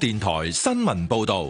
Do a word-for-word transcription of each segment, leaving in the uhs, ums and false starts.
電台新聞報道。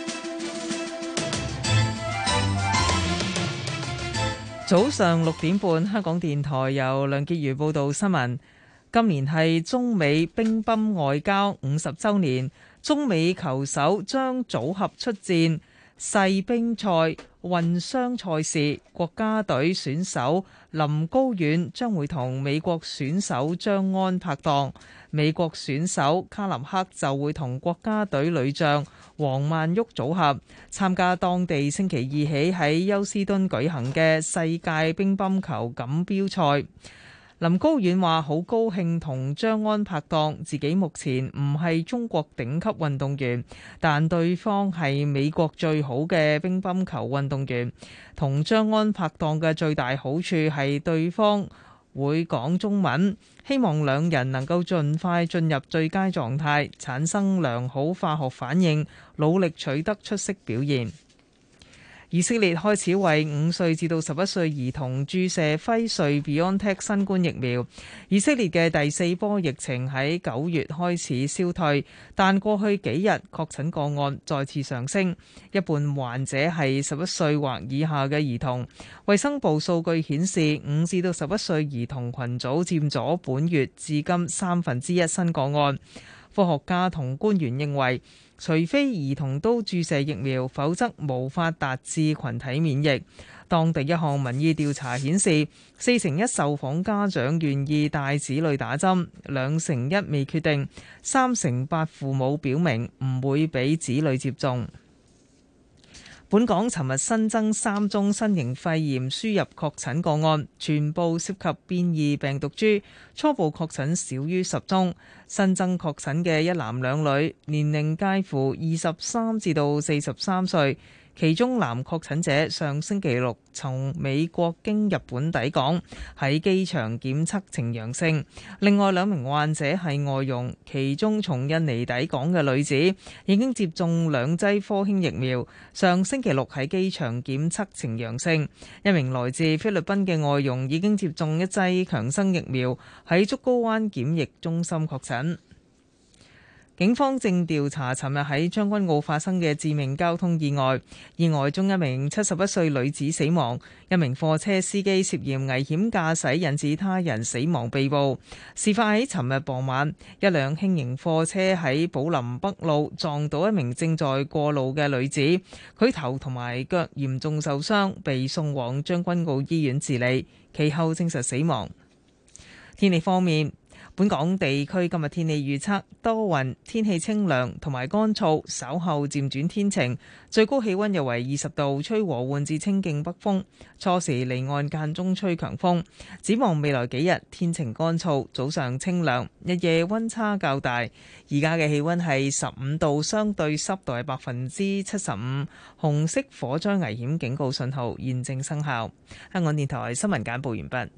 早上六點半，香港電台由梁潔如報道新聞。今年係中美乒乓外交五十週年，中美球手將組合出戰世乒賽混雙賽事，國家隊選手林高遠將會同美國選手張安拍檔，美國選手卡林克就會同國家隊女將黃曼玉組合參加當地星期二起喺休斯敦舉行嘅世界乒乓球錦標賽。林高遠話好高興同張安拍檔，自己目前唔係中國頂級運動員，但對方係美國最好嘅乒乓球運動員。同張安拍檔嘅最大好處係對方會講中文，希望兩人能夠盡快進入最佳狀態，產生良好化學反應，努力取得出色表現。以色列開始為五歲至到十一歲兒童注射輝瑞 BioNTech 新冠疫苗。以色列嘅第四波疫情喺九月開始消退，但過去幾日確診個案再次上升，一半患者係十一歲或以下嘅兒童。衛生部數據顯示，五至到十一歲兒童群組佔咗本月至今三分之一新個案。科學家同官員認為，除非兒童都注射疫苗，否則無法達至群體免疫。當地一項民意調查顯示，四成一受訪家長願意帶子女打針，兩成一未決定，三成八父母表明唔會俾子女接種。本港尋日新增三宗新型肺炎輸入確診個案，全部涉及變異病毒株，初步確診少於十宗。新增確診嘅一男兩女，年齡介乎二十三至到四十三歲。其中男確診者上星期六從美國經日本抵港，喺機場檢測呈陽性。另外兩名患者係外傭，其中從印尼抵港嘅女子已經接種兩劑科興疫苗，上星期六喺機場檢測呈陽性。一名來自菲律賓嘅外傭已經接種一劑強生疫苗，喺竹篙灣檢疫中心確診。警方正調查尋日喺將軍澳發生嘅致命交通意外，意外中一名七十一歲女子死亡，一名貨車司機涉嫌危險駕駛引致他人死亡被捕。事發喺尋日傍晚，一輛輕型貨車喺寶林北路撞到一名正在過路嘅女子，佢頭同埋腳嚴重受傷，被送往將軍澳醫院治理，其後證實死亡。天氣方面，本港地區今日天氣預測多雲，天氣清涼同埋乾燥，稍後漸轉天晴，最高氣溫約為二十度，吹和緩至清勁北風，初時離岸間中吹強風。展望未來幾日天晴乾燥，早上清涼，日夜溫差較大。而家嘅氣溫係十五度，相對濕度係百分之七十五，紅色火災危險警告信號現正生效。香港電台新聞簡報完畢。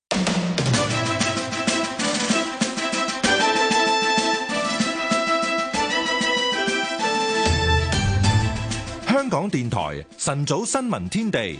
香港電台晨早新聞天地，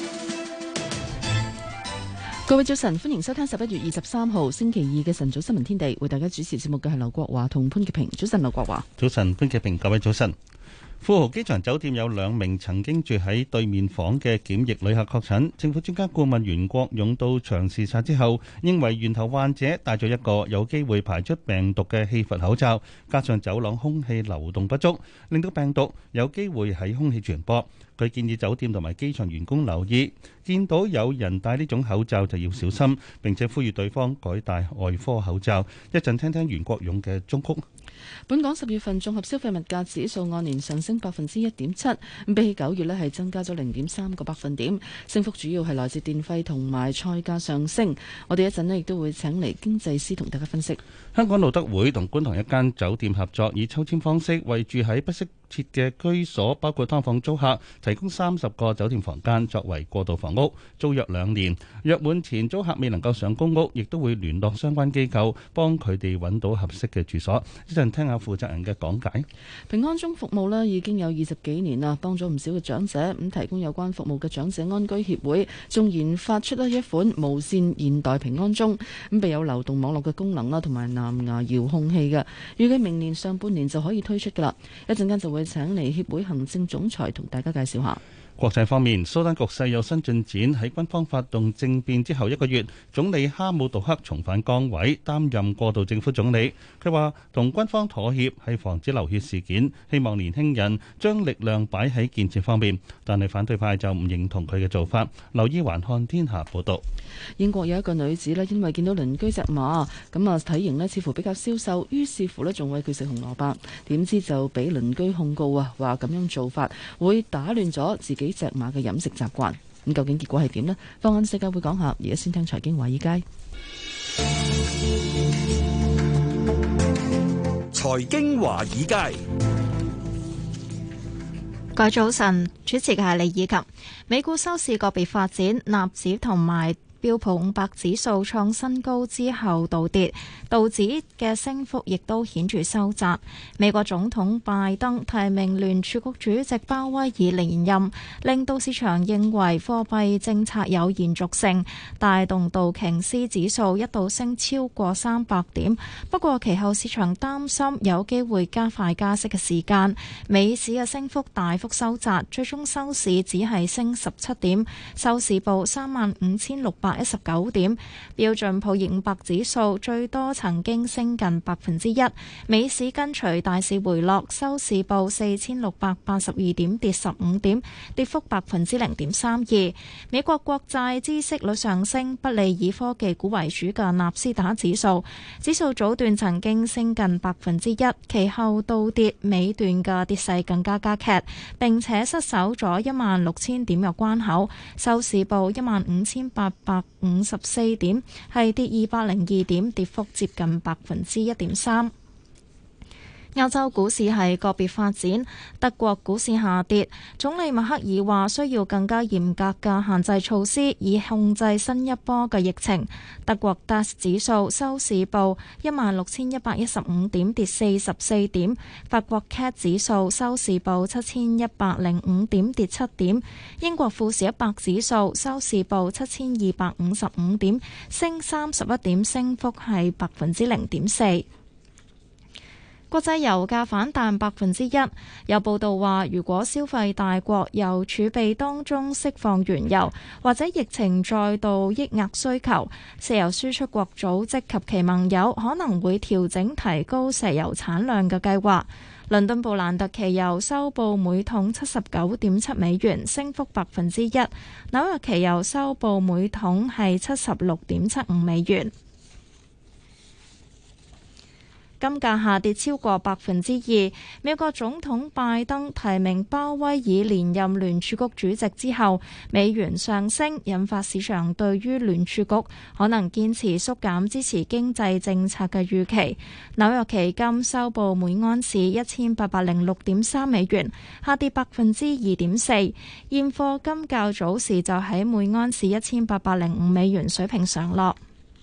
各位早晨，歡迎收聽十一月二十三號星期二嘅晨早新聞天地，為大家主持節目嘅係劉國華同潘潔平。早晨，劉國華。 早晨，潘潔平。各位早晨。富豪機場酒店有兩名曾經住喺對面房嘅檢疫旅客確診，政府專家顧問袁國勇到場視察之後，認為源頭患者戴咗一個有機會排出病毒嘅氣閥口罩，加上走廊空氣流動不足，令到病毒有機會喺空氣傳播。佢建議酒店同埋機場員工留意，見到有人戴呢種口罩就要小心，並且呼籲對方改戴外科口罩。一陣聽聽袁國勇嘅忠告。 本港十月份綜合消費物價指數按年上升百分之一點七，咁比起九月呢係增加咗零點三個百分點，升幅主要係來自電費同埋菜價上升。我哋一陣呢亦都會請嚟經濟師同大家分析。 香港路德會同觀塘一間酒店合作，以抽籤方式為住喺不適設嘅居所，包括劏房租客，提供三十個酒店房間作為過渡房屋，租約兩年。約滿前租客未能夠上公屋，亦都會聯絡相關機構幫佢哋揾到合適嘅住所。一陣聽下負責人嘅講解。 平安鐘服務咧已經有二十幾年啦，幫咗唔少嘅長者。咁提供有關服務嘅長者安居協會仲研發出咗一款無線現代平安鐘，咁備有流動網絡嘅功能啦，同埋藍牙遙控器嘅。預計明年上半年就可以推出噶啦。一陣間就會請嚟協會行政總裁同大家介紹下。 國際方面，蘇丹局勢有新進展。喺軍方發動政變之後一個月，總理哈姆杜克重返崗位，擔任過渡政府總理。佢話同軍方妥協係防止流血事件，希望年輕人將力量擺喺建設方面。但係反對派就唔認同佢嘅做法。留意環看天下報道。 英國有一個女子咧，因為見到鄰居隻馬咁啊，體型咧似乎比較消瘦，於是乎咧仲餵佢食紅蘿蔔，點知就俾鄰居控告啊，話咁樣做法會打亂咗自己隻馬嘅飲食習慣。咁究竟結果係點呢？放眼世界會講下，而家先聽財經華爾街。 財經華爾街， 各位早晨，主持嘅係李以琴。美股收市個別發展，納指同埋標普五百指數創新高之後倒跌，道指嘅升幅亦都顯著收窄。美國總統拜登提名聯儲局主席鮑威爾連任，令到市場認為貨幣政策有延續性，帶動道瓊斯指數一度升超過三百點。不過其後市場擔心有機會加快加息嘅時間，美市嘅升幅大幅收窄，最終收市只係升十七點，收市報三萬五千六百一十九點。標準普爾五百指數最多曾經升近百分之一，美市跟隨大市回落，收市報四千六百八十二點，跌十五點，跌幅百分之零點三二。美國國債孳息率上升，不利以科技股為主嘅納斯達克指數，指數早段曾經升近百分之一，其後倒跌，尾段嘅跌勢更加加劇，並且失守咗一萬六千點嘅關口，收市報一萬五千八百五十四點，係跌二百零二點，跌幅接近百分之一點三。歐洲股市係個別發展，德國股市下跌，總理默克爾話需要更加嚴格嘅限制措施，以控制新一波嘅疫情。德國 D A X 指數收市報一萬六千一百一十五點，跌四十四點。法國 C A C 指數收市報七千一百零五點，跌七點。英國富時一百指數收市報七千二百五十五點，升三十一點，升幅係百分之零點四。國際油價反彈百分之一，有報道話，如果消費大國由儲備當中釋放原油，或者疫情再度抑壓需求，石油輸出國組織及其盟友可能會調整提高石油產量嘅計劃。倫敦布蘭特期油收報每桶七十九點七美元，升幅百分之一；紐約期油收報每桶係七十六點七五美元。金價下跌超過百分之二。美國總統拜登提名鮑威爾連任聯儲局主席之後，美元上升，引發市場對於聯儲局可能堅持縮減支持經濟政策嘅預期。紐約期金收報每盎司一千八百零六點三美元，下跌百分之二點四。現貨金較早時就喺每盎司一千八百零五美元水平上落。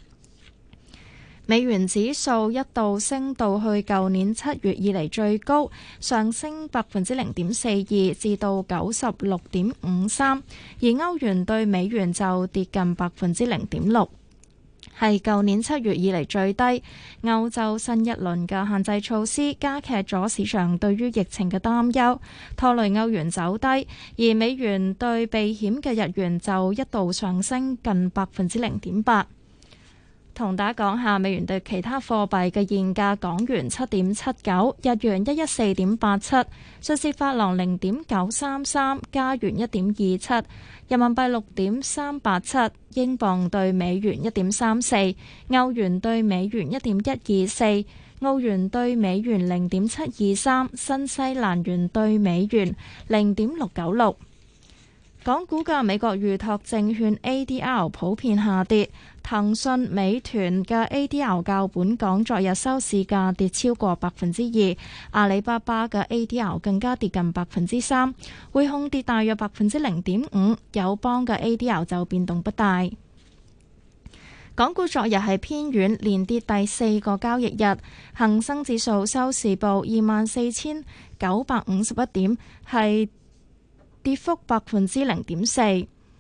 美元指數一度升到去舊年七月以嚟最高，上升百分之零點四二，至到九十六點五三。而歐元對美元就跌近百分之零點六，係舊年七月以嚟最低。歐洲新一輪嘅限制措施加劇咗市場對於疫情嘅擔憂，拖累歐元走低。而美元對避險嘅日元就一度上升近百分之零點八。同大家講下美元對其他貨幣嘅現價：港元七點七九，日元一一四點八七，瑞士法郎零點九三三，加元一點二七，人民幣六點三八七，英鎊對美元一點三四，歐元對美元一點一二四，澳元對美元零點七二三，新西蘭元對美元零點六九六。 港股嘅美國預託證券 A D R 普遍下跌，騰訊、美團嘅 A D R 較本港昨日收市價跌超過百分之二，阿里巴巴嘅 A D R 更加跌近百分之三，匯控跌大約百分之零點五，友邦嘅 A D R 就變動不大。港股昨日係偏軟，連跌第四個交易日，恒生指數收市報二萬四千九百五十一點，係跌幅百分之零點四。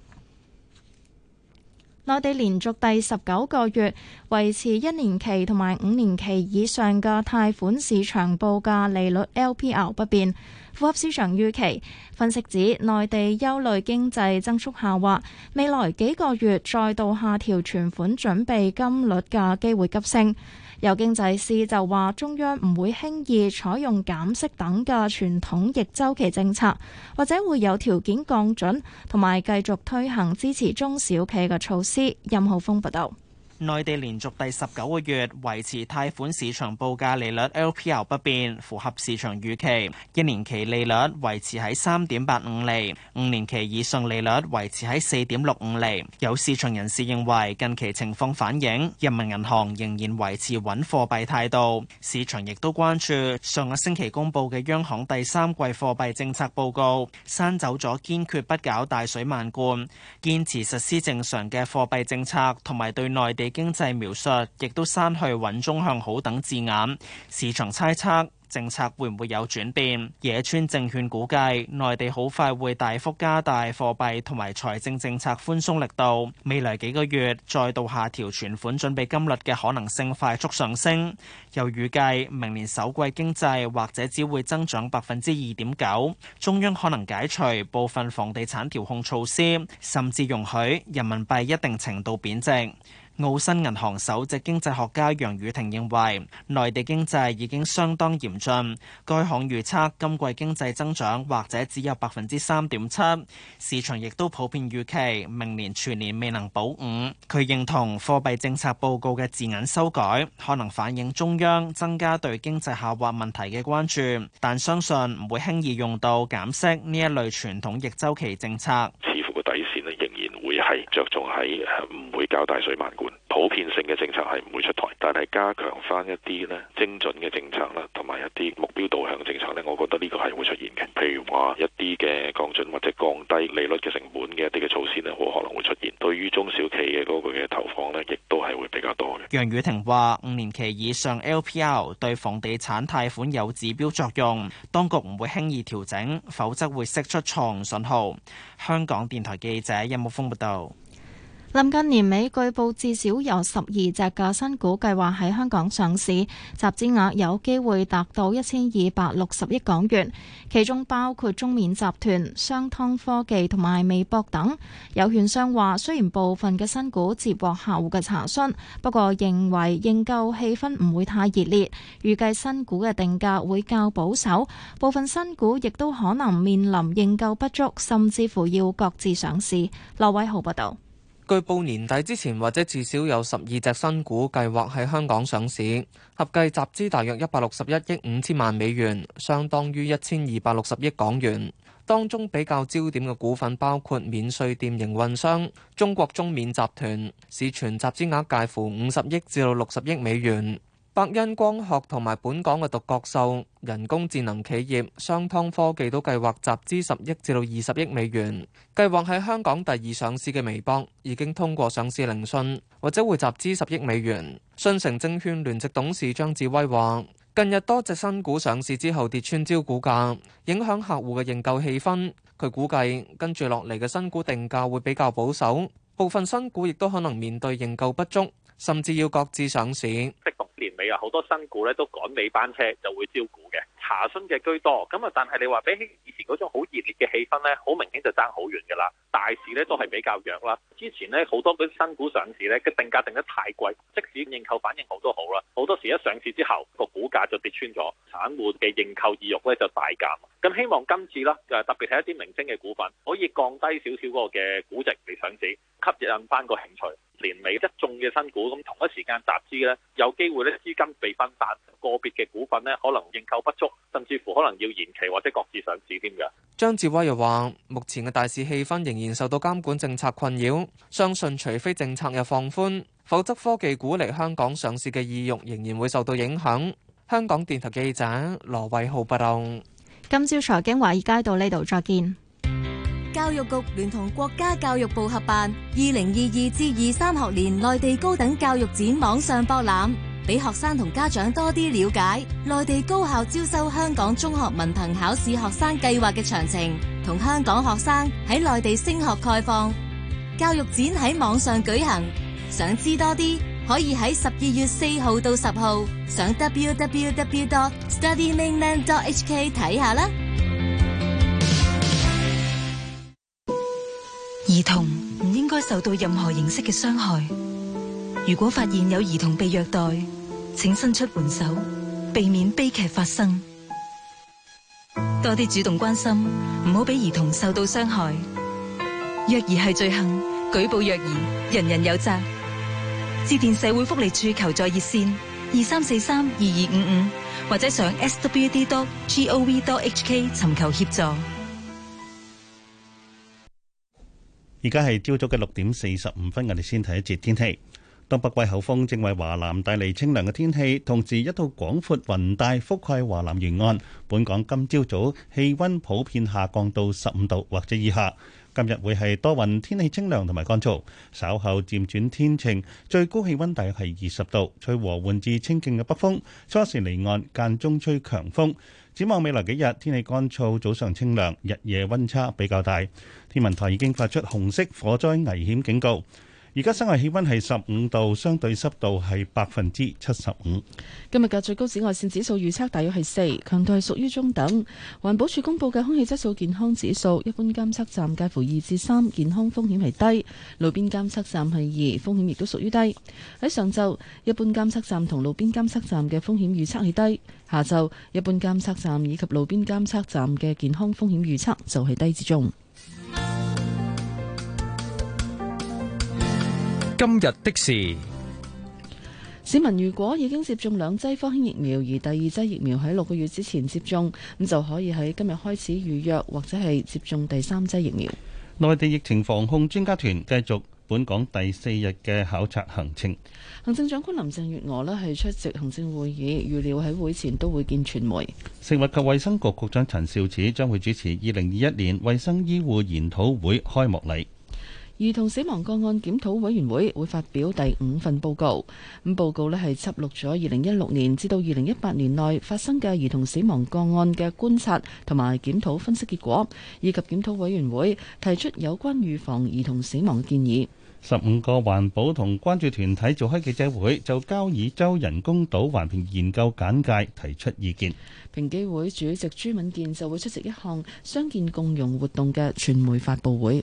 內地連續第十九個月維持一年期同埋五年期以上嘅貸款市場報價利率 L P R 不變，符合市場預期。分析指內地憂慮經濟增速下滑，未來幾個月再度下調存款準備金率嘅機會急升。有經濟師就話，中央唔會輕易採用減息等嘅傳統逆周期政策，或者會有條件降準，同埋繼續推行支持中小企嘅措施。任浩峰報道。 內地連續第十九個月維持貸款市場報價利率 L P R 不變，符合市場預期。一年期利率維持喺三點八五厘，五年期以上利率維持喺四點六五厘。有市場人士認為，近期情況反映人民銀行仍然維持穩貨幣態度。市場亦都關注上個星期公佈嘅央行第三季貨幣政策報告，刪走咗堅決不搞大水漫灌，堅持實施正常嘅貨幣政策，同埋對內地經濟描述亦都刪去穩中向好等字眼，市場猜測政策會唔會有轉變？野村證券估計，內地好快會大幅加大貨幣同埋財政政策寬鬆力度，未來幾個月再度下調存款準備金率嘅可能性快速上升。又預計明年首季經濟或者只會增長百分之二點九，中央可能解除部分房地產調控措施，甚至容許人民幣一定程度貶值。澳新銀行首席經濟學家楊宇霆認為，內地經濟已經相當嚴峻，該行預測今季經濟增長或者只有百分之三點七，市場亦都普遍預期明年全年未能保五。佢認同貨幣政策報告嘅字眼修改，可能反映中央增加對經濟下滑問題嘅關注，但相信唔會輕易用到減息呢一類傳統逆周期政策。 似乎個底線咧仍然會係着重喺唔會搞大水漫灌。普遍性嘅政策係唔會出台，但係加強翻一啲咧精準嘅政策啦，同埋一啲目標導向政策咧，我覺得呢個係會出現嘅。譬如話一啲嘅降準或者降低利率嘅成本嘅一啲嘅措施咧，好可能會出現。對於中小企嘅嗰個嘅投放咧，亦都係會比較多嘅。 楊宇霆話：五年期以上 L P R 對房地產貸款有指標作用，當局唔會輕易調整，否則會釋出錯誤信號。香港電台記者任木峰報道。 臨近年尾，據報至少有十二隻嘅新股計劃喺香港上市，集資額有機會達到一千二百六十億港元，其中包括中免集團、商湯科技同埋微博等。有券商話，雖然部分嘅新股接獲客戶嘅查詢，不過認為認購氣氛唔會太熱烈，預計新股嘅定價會較保守，部分新股亦都可能面臨認購不足，甚至乎要各自上市。羅偉豪報道。 據報年底之前或者至少有十二隻新股計劃喺香港上市，合計集資大約一百六十一億五千萬美元，相當於一千二百六十億港元。當中比較焦點嘅股份包括免稅店營運商中國中免集團，市傳集資額介乎五十億至到六十億美元。百恩光學同埋本港嘅獨角獸人工智能企業商湯科技都計劃集資十億至到二十億美元。計劃喺香港第二上市嘅微博已經通過上市聆訊，或者會集資十億美元。信誠證券聯席董事張志威話：近日多隻新股上市之後跌穿招股價，影響客戶嘅認購氣氛。佢估計跟住落嚟嘅新股定價會比較保守，部分新股亦都可能面對認購不足，甚至要各自上市。 年尾啊，好多新股咧都趕尾班車就會招股嘅，查詢嘅居多。咁啊，但係你話比起以前嗰種好熱烈嘅氣氛咧，好明顯就爭好遠㗎啦。大市咧都係比較弱啦。之前咧好多嗰啲新股上市咧嘅定價定得太貴，即使認購反應好都好啦，好多時一上市之後個股價就跌穿咗，散戶嘅認購意欲咧就大減。咁希望今次啦，誒特別係一啲明星嘅股份可以降低少少嗰個嘅估值嚟上市，吸引翻個興趣。 年尾一眾嘅新股，咁同一時間集資咧，有機會咧資金被分散，個別嘅股份咧可能認購不足，甚至乎可能要延期或者擱置上市添嘅。 張志威又話：目前嘅大市氣氛仍然受到監管政策困擾，相信除非政策有放寬，否則科技股嚟香港上市嘅意欲仍然會受到影響。香港電台記者羅偉浩報道。 今朝財經華爾街到呢度再見。 教育局聯同國家教育部合辦二零二二至二三學年內地高等教育展網上博覽，俾學生同家長多啲了解內地高校招收香港中學文憑考試學生計劃嘅詳情，同香港學生喺內地升學概況。教育展喺網上舉行，想知多啲可以喺十二月四號到十號上 double-u double-u double-u dot study mainland dot h k 睇下啦。 兒童唔應該受到任何形式嘅傷害。如果發現有兒童被虐待，請伸出援手，避免悲劇發生。多啲主動關心，唔好俾兒童受到傷害。虐兒係罪行，舉報虐兒，人人有責。致電社會福利處求助熱線二三四三二二五五，或者上 s w d dot gov dot h k 尋求協助。 而家係朝早嘅六點四十五分，我哋先睇一節天氣。東北季候風正為華南帶嚟清涼嘅天氣，同時一道廣闊雲帶覆蓋華南沿岸。本港今朝早氣溫普遍下降到十五度或者以下。今日會係多雲，天氣清涼同埋乾燥，稍後漸轉天晴，最高氣溫大約係二十度，吹和緩至清勁嘅北風，初時離岸，間中吹強風。展望未來幾日，天氣乾燥，早上清涼，日夜溫差比較大。天文台已經發出紅色火災危險警告。而家室外氣溫係十五度，相對濕度係百分之七十五。 今日嘅最高紫外線指數預測大約係四，強度係屬於中等。環保署公布嘅空氣質素健康指數，一般監測站介乎二至三，健康風險係低；路邊監測站係二，風險亦都屬於低。喺上晝，一般監測站同路邊監測站嘅風險預測係低；下晝，一般監測站以及路邊監測站嘅健康風險預測就係低至中。 今日的事， 市民如果已經接種兩劑科興疫苗，而第二劑疫苗喺六個月之前接種，咁就可以喺今日開始預約或者係接種第三劑疫苗。 內地疫情防控專家團繼續本港第四日嘅考察行程。 行政長官林鄭月娥呢係出席行政會議，預料喺會前都會見傳媒。 食物及衛生局局長陳肇始將會主持二零二一年衛生醫護研討會開幕禮。 兒童死亡個案檢討委員會會發表第五份報告，咁報告呢係輯錄咗二零一六年至到二零一八年內發生嘅兒童死亡個案嘅觀察同埋檢討分析結果，以及檢討委員會提出有關預防兒童死亡嘅建議。 十五個環保同關注團體召開記者會，就交椅洲人工島環評研究簡介提出意見。 平機會主席朱敏健就會出席一項傷健共融活動嘅傳媒發佈會。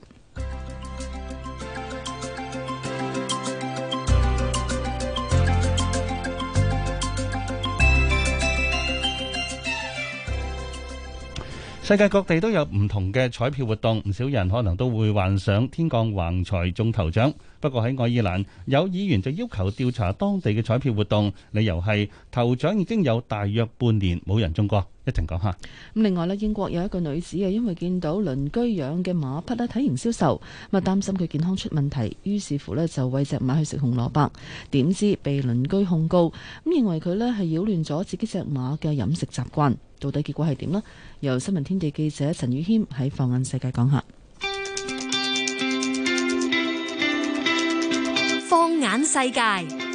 世界各地都有唔同嘅彩票活動，唔少人可能都會幻想天降橫財中頭獎。不過喺愛爾蘭，有議員就要求調查當地嘅彩票活動，理由係頭獎已經有大約半年冇人中過。一陣講下。 咁另外咧，英國有一個女子啊，因為見到鄰居養嘅馬匹咧體型消瘦，咁啊擔心佢健康出問題，於是乎咧就餵隻馬去食紅蘿蔔，點知被鄰居控告，咁認為佢咧係擾亂咗自己隻馬嘅飲食習慣。到底結果係點呢？由新聞天地記者陳宇謙喺放眼世界講下。 放眼世界。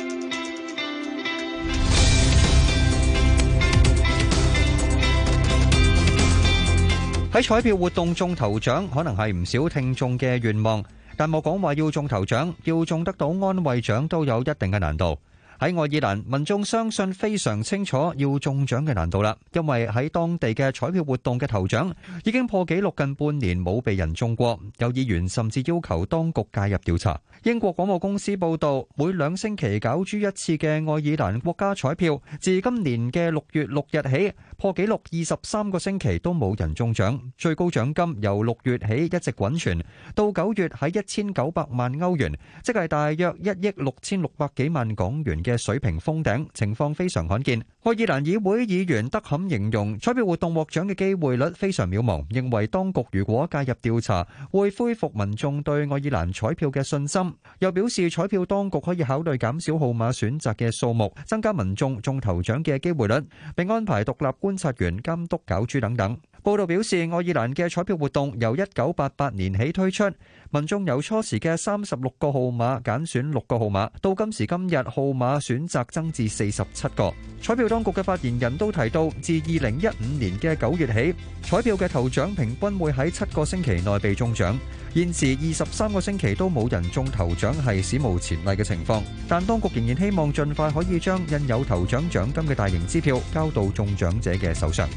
喺彩票活動中頭獎，可能係唔少聽眾嘅願望，但莫講話要中頭獎，要中得到安慰獎都有一定嘅難度。 喺愛爾蘭，民眾相信非常清楚要中獎嘅難度啦，因為喺當地嘅彩票活動嘅頭獎已經破紀錄近半年冇被人中過，有議員甚至要求當局介入調查。英國廣播公司報道，每兩星期攪珠一次嘅愛爾蘭國家彩票，自今年嘅六月六日起破紀錄二十三個星期都冇人中獎，最高獎金由六月起一直滾存，到九月喺一千九百萬歐元，即係大約一億六千六百幾萬港元嘅水平封頂，情況非常罕見。愛爾蘭議會議員德坎形容彩票活動獲獎嘅機會率非常渺茫，認為當局如果介入調查，會恢復民眾對愛爾蘭彩票嘅信心。又表示彩票當局可以考慮減少號碼選擇嘅數目，增加民眾中頭獎嘅機會率，並安排獨立觀察員監督攪珠等等。報道表示，愛爾蘭嘅彩票活動由一九八八年起推出，民眾由初時嘅三十六個號碼揀選六個號碼，到今時今日號碼選擇增至四十七個。彩票當局嘅發言人都提到，自二零一五年嘅九月起，彩票嘅頭獎平均會喺七個星期內被中獎。現時二十三個星期都冇人中頭獎係史無前例嘅情況，但當局仍然希望盡快可以將印有頭獎獎金嘅大型支票交到中獎者嘅手上。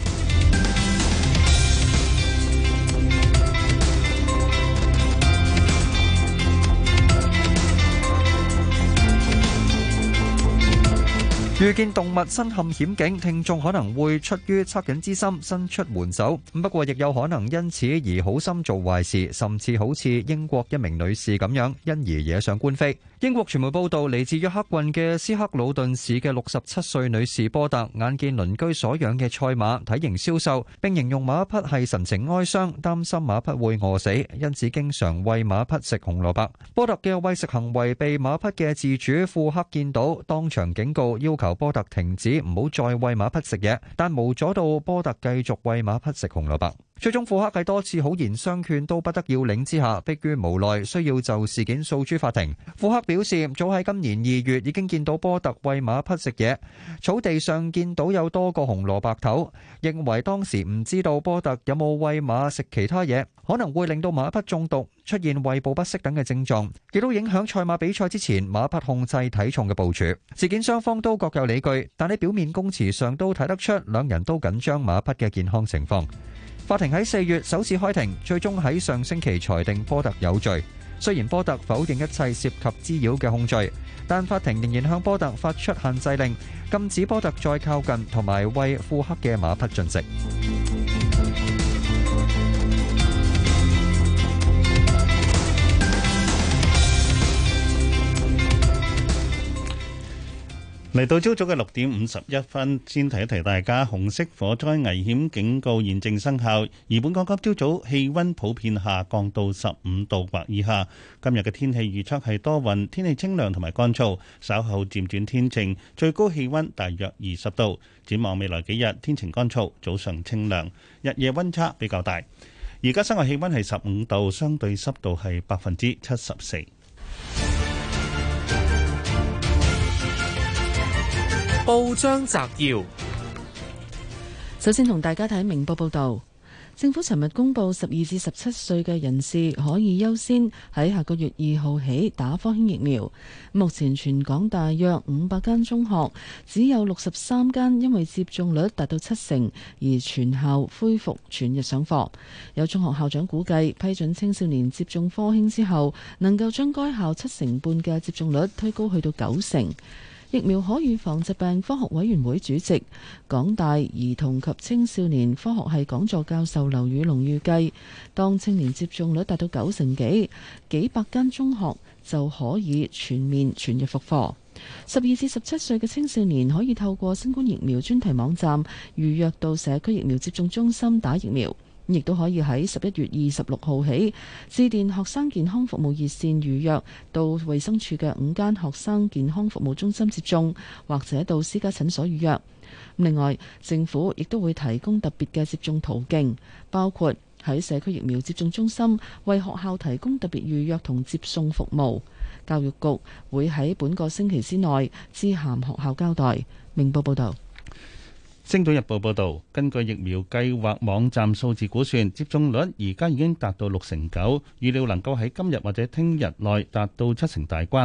遇見動物身陷險境，聽眾可能會出於惻隱之心伸出援手，不過亦有可能因此而好心做壞事，甚至好似英國一名女士咁樣，因而惹上官非。英國傳媒報道，嚟自約克郡嘅斯克魯頓市嘅六十七歲女士波特，眼見鄰居所養嘅賽馬體型消瘦，並形容馬匹係神情哀傷，擔心馬匹會餓死，因此經常餵馬匹食紅蘿蔔。波特嘅餵食行為被馬匹嘅自主庫克見到，當場警告，要求波特停止，唔好再餵馬匹食嘢，但無阻到波特繼續餵馬匹食紅蘿蔔。最終庫克喺多次好言相勸都不得要領之下，迫於無奈需要就事件訴諸法庭。庫克表示，早喺今年二月已經見到波特餵馬匹食嘢，草地上見到有多個紅蘿蔔頭，認為當時唔知道波特有冇餵馬食其他嘢，可能會令到馬匹中毒、出現胃部不適等嘅症狀，亦都影響賽馬比賽之前馬匹控制體重嘅部署。事件雙方都各有理據，但喺表面供詞上都睇得出兩人都緊張馬匹嘅健康情況。法庭喺四月首次開庭，最終喺上星期裁定波特有罪。雖然波特否認一切涉及滋擾嘅控罪，但法庭仍然向波特發出限制令，禁止波特再靠近同埋為庫克嘅馬匹進食。 嚟到朝早嘅六點五十一分，先提一提大家，紅色火災危險警告現正生效，而本港今朝早氣溫普遍下降到十五度或以下。今日嘅天氣預測係多雲，天氣清涼同埋乾燥，稍後漸轉天晴，最高氣溫大約二十度。展望未來幾日，天晴乾燥，早上清涼，日夜溫差比較大。而家室外氣溫係十五度，相對濕度係百分之七十四。 報章摘要， 首先同大家睇明報報道，政府尋日公布十二至十七歲嘅人士可以優先喺下個月二號起打科興疫苗。目前全港大約五百間中學，只有六十三間因為接種率達到七成而全校恢復全日上課。有中學校長估計，批准青少年接種科興之後，能夠將該校七成半嘅接種率推高去到九成。疫苗可預防疾病科學委員會主席、港大兒童及青少年科學系講座教授劉宇龍預計，當青年接種率達到九成幾，幾百間中學就可以全面全日復課。十二至十七歲嘅青少年可以透過新冠疫苗專題網站預約到社區疫苗接種中心打疫苗。亦都可以喺十一月二十六號起致電學生健康服務熱線預約到衛生署嘅五間學生健康服務中心接種，或者到私家診所預約。另外，政府亦都會提供特別嘅接種途徑，包括喺社區疫苗接種中心為學校提供特別預約同接送服務。教育局會喺本個星期之內致函學校交代。明報報道。 星島日報報導，根據疫苗計劃網站數字估算，接種率而家已經達到六成九，預料能夠喺今日或者聽日內達到七成大關。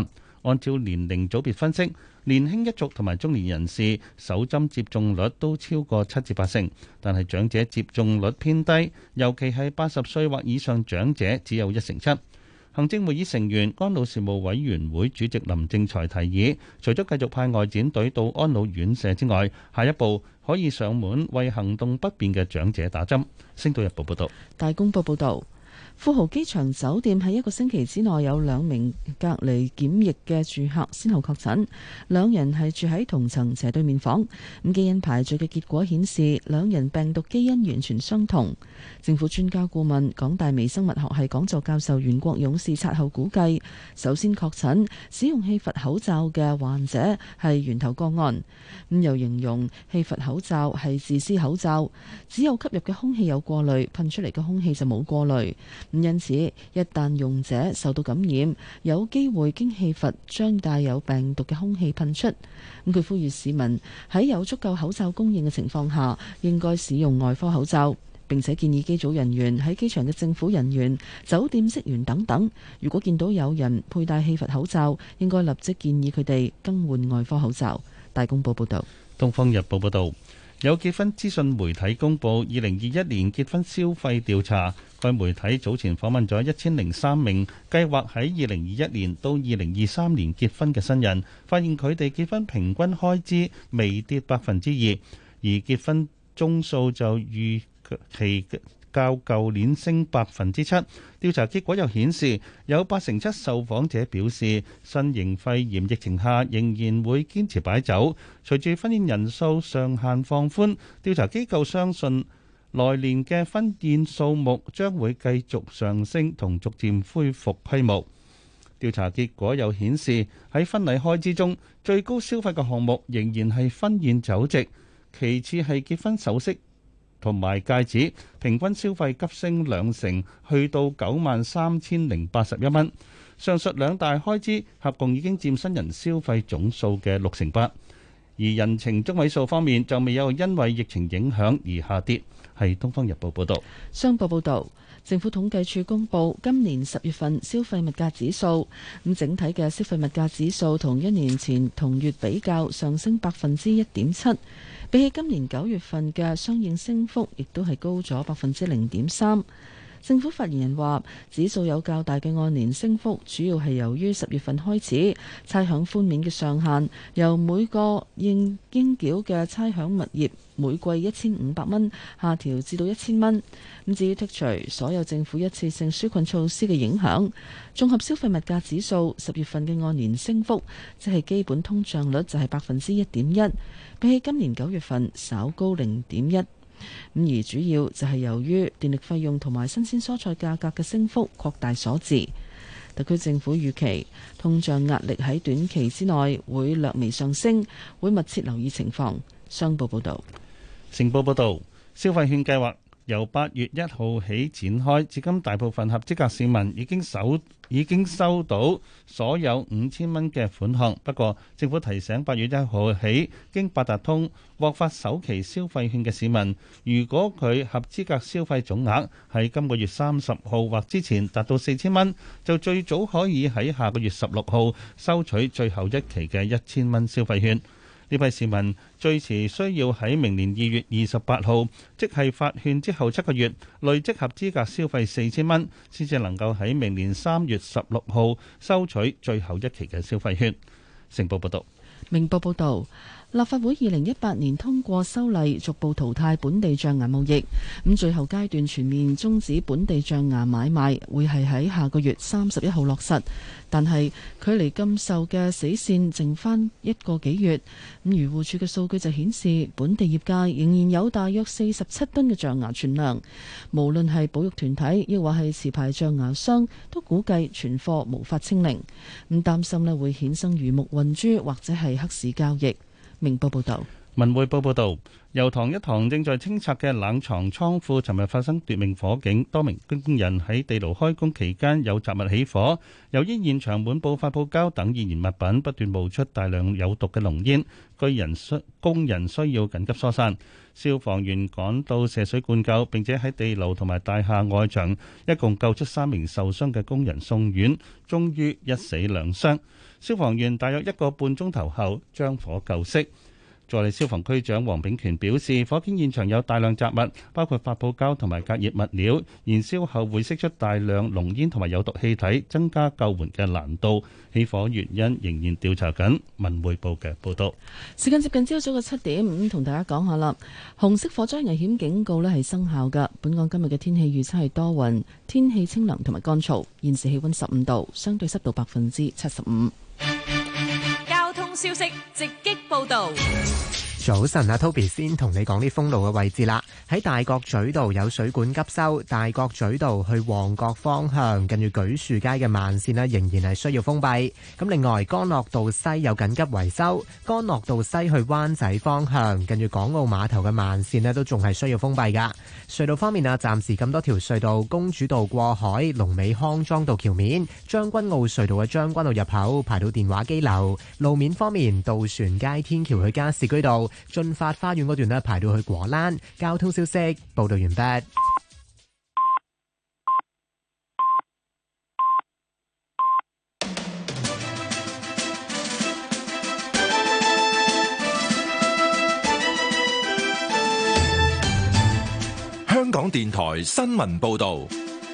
按照年齡組別分析，年輕一族同埋中年人士首針接種率都超過七至八成，但係長者接種率偏低，尤其係八十歲或以上長者只有一成七。行政會議成員、安老事務委員會主席林正財提議，除咗繼續派外展隊到安老院舍之外，下一步可以上門為行動不便嘅長者打針。星島日報報道。 大公報報導。富豪機場酒店喺一個星期之內有兩名隔離檢疫嘅住客先後確診，兩人係住喺同層斜對面房。咁基因排序嘅結果顯示，兩人病毒基因完全相同。政府專家顧問、港大微生物學系講座教授袁國勇視察後估計，首先確診使用氣閥口罩嘅患者係源頭個案。咁又形容氣閥口罩係自私口罩，只有吸入嘅空氣有過濾，噴出嚟嘅空氣就冇過濾。咁因此，一旦用者受到感染，有機會經氣閥將帶有病毒嘅空氣噴出。咁佢呼籲市民喺有足夠口罩供應嘅情況下，應該使用外科口罩。並且建議機組人員、喺機場嘅政府人員、酒店職員等等，如果見到有人佩戴氣閥口罩，應該立即建議佢哋更換外科口罩。大公報報道。 東方日報報道。有結婚資訊媒體公佈二零二一年結婚消費調查，該媒體早前訪問咗一千零三名計劃喺二零二一年到二零二三年結婚嘅新人，發現佢哋結婚平均開支微跌百分之二，而結婚宗數就預期較舊年升百分之七。調查結果又顯示，有八成七受訪者表示，新型肺炎疫情下仍然會堅持擺酒。隨住婚宴人數上限放寬，調查機構相信來年嘅婚宴數目將會繼續上升同逐漸恢復規模。調查結果又顯示，喺婚禮開支中，最高消費嘅項目仍然係婚宴酒席，其次係結婚首飾同埋戒指，平均消費急升兩成，去到九萬三千零八十一蚊。上述兩大開支合共已經佔新人消費總數嘅六成八。而人情中位數方面就未有因為疫情影響而下跌。係《東方日報》報導。 商報報導，政府統計處公布今年十月份消費物價指數，咁整體嘅消費物價指數同一年前同月比較上升百分之一點七。比起今年九月份嘅相應升幅，亦都係高咗百分之零點三。政府發言人話，指數有較大嘅按年升幅，主要係由於十月份開始差餉寬免嘅上限由每個應應繳嘅差餉物業每季一千五百蚊下調至到一千蚊。咁至於剔除所有政府一次性紓困措施嘅影響，綜合消費物價指數十月份嘅按年升幅，即係基本通脹率就係百分之一點一，比起今年九月份稍高零點一。咁而主要就係由於電力費用同埋新鮮蔬菜價格嘅升幅擴大所致。特區政府預期通脹壓力喺短期之內會略微上升，會密切留意情況。商報報道。 成報報道，消費券計劃由八月一號起展開，至今大部分合資格市民已經收已經收到所有五千蚊嘅款項。不過，政府提醒八月一號起經八達通獲發首期消費券嘅市民，如果佢合資格消費總額喺今個月三十號或之前達到四千蚊，就最早可以喺下個月十六號收取最後一期嘅一千蚊消費券。呢批市民最遲需要喺明年二月二十八號，即係發券之後七個月，累積合資格消費四千蚊，先至能夠喺明年三月十六號收取最後一期嘅消費券。成報報道。 明報報導。立法會二零一八年通過修例，逐步淘汰本地象牙貿易。咁最後階段全面終止本地象牙買賣，會係喺下個月三十一號落實。但係距離禁售嘅死線剩翻一個幾月。咁漁護署嘅數據就顯示，本地業界仍然有大約四十七噸嘅象牙存量。無論係保育團體，亦或係持牌象牙商，都估計存貨無法清零。咁擔心咧會衍生魚目混珠或者係黑市交易。明報報道。 文匯報報導，油塘一幢正在清拆嘅冷藏倉庫，尋日發生奪命火警，多名工人喺地牢開工期間有雜物起火，由於現場滿佈發泡膠等易燃物品，不斷冒出大量有毒嘅濃煙，居人需工人需要緊急疏散。消防員趕到射水灌救，並且喺地牢同埋大廈外牆一共救出三名受傷嘅工人送院，終於一死兩傷。消防員大約一個半鐘頭後將火救熄。助理消防區長黃炳權表示，火警現場有大量雜物，包括發泡膠同埋隔熱物料，燃燒後會釋出大量濃煙同埋有毒氣體，增加救援嘅難度。起火原因仍然調查緊。文匯報嘅報道。 時間接近朝早嘅七點，咁同大家講下啦。紅色火災危險警告呢係生效㗎。本港今日嘅天氣預測係多雲，天氣清涼同埋乾燥。現時氣溫十五度，相對濕度百分之七十五。 交通消息直擊報道。 早晨啊 ，Toby 先同你講啲封路嘅位置啦。喺大角咀道有水管急修，大角咀道去旺角方向，近住舉樹街嘅慢線呢仍然係需要封閉。咁另外，干諾道西有緊急維修，干諾道西去灣仔方向，近住港澳碼頭嘅慢線呢都仲係需要封閉噶。隧道方面啊，暫時咁多條隧道，公主道過海、龍尾康莊道橋面、將軍澳隧道嘅將軍澳入口排到電話機樓。路面方面，渡船街天橋去加士居道、駿發花園嗰段呢排到去果欄。交通消息報道完畢。 香港電台新聞報道。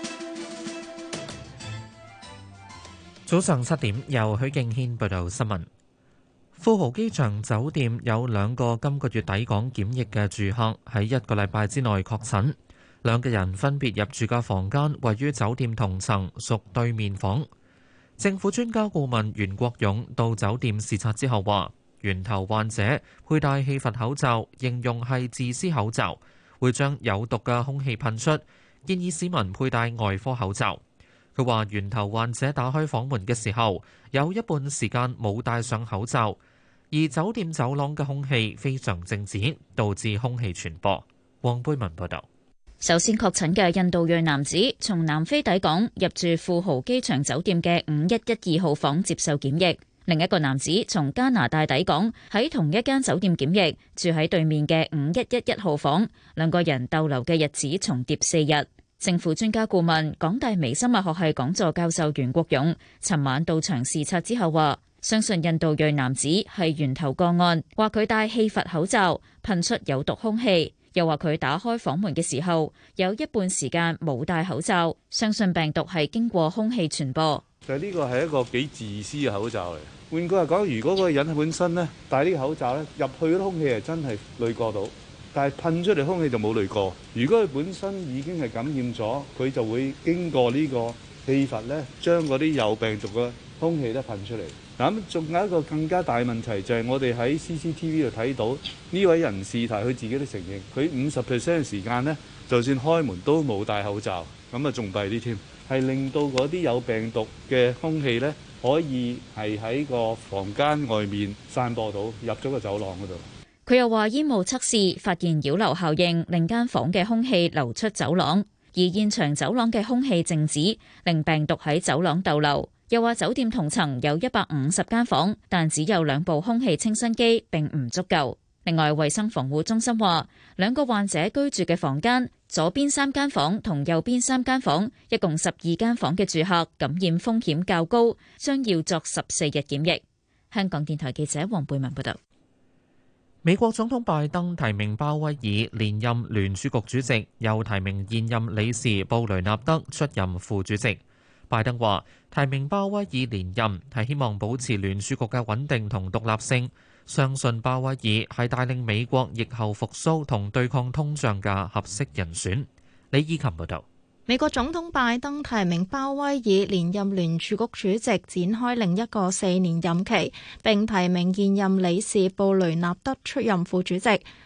早上七點，由許敬軒報道新聞。富豪機場酒店有兩個今個月抵港檢疫嘅住客喺一個禮拜之內確診，兩個人分別入住嘅房間位於酒店同層，屬對面房。政府專家顧問袁國勇到酒店視察之後話，源頭患者佩戴氣閥口罩，形容係自私口罩，會將有毒嘅空氣噴出，建議市民佩戴外科口罩。佢話源頭患者打開房門嘅時候，有一半時間冇戴上口罩，而酒店走廊嘅空氣非常靜止，導致空氣傳播。黃貝文報道。 首先確診嘅印度裔男子從南非抵港，入住富豪機場酒店嘅五一一二號房接受檢疫。另一個男子從加拿大抵港，喺同一間酒店檢疫，住喺對面嘅五一一一號房。兩個人逗留嘅日子重疊四日。政府專家顧問、港大微生物學系講座教授袁國勇尋晚到場視察之後話，相信印度裔男子係源頭個案，話佢戴氣閥口罩噴出有毒空氣，又話佢打開房門嘅時候有一半時間冇戴口罩，相信病毒係經過空氣傳播。 就呢個係一個幾自私嘅口罩嚟。換句話講，如果嗰個人本身咧戴呢個口罩咧，入去嗰啲空氣係真係濾過到，但係噴出嚟空氣就冇濾過。如果佢本身已經係感染咗，佢就會經過呢個氣閥咧，將嗰啲有病毒嘅空氣咧噴出嚟。嗱，咁仲有一個更加大問題，就係我哋喺 C C T V 度睇到呢位人士，但係佢自己都承認，佢五十 percent 嘅時間咧，就算開門都冇戴口罩，咁啊仲弊啲添，係令到嗰啲有病毒嘅空氣咧，可以係喺個房間外面散播到入咗個走廊嗰度。 佢又話煙霧測試發現擾流效應，令間房嘅空氣流出走廊，而現場走廊嘅空氣靜止，令病毒喺走廊逗留。又話酒店同層有一百五十間房，但只有兩部空氣清新機，並唔足夠。另外，衛生防護中心話，兩個患者居住嘅房間，左邊三間房同右邊三間房，一共十二間房嘅住客感染風險較高，將要作十四日檢疫。香港電台記者黃貝文報道。 美國總統拜登提名鮑威爾連任聯儲局主席，又提名現任理事布雷納德出任副主席。拜登話提名鮑威爾連任係希望保持聯儲局嘅穩定同獨立性，相信鮑威爾係帶領美國疫後復甦同對抗通脹嘅合適人選。李依琴報道。 美國總統拜登提名鮑威爾連任聯儲局主席，展開另一個四年任期，並提名現任理事布雷納德出任副主席。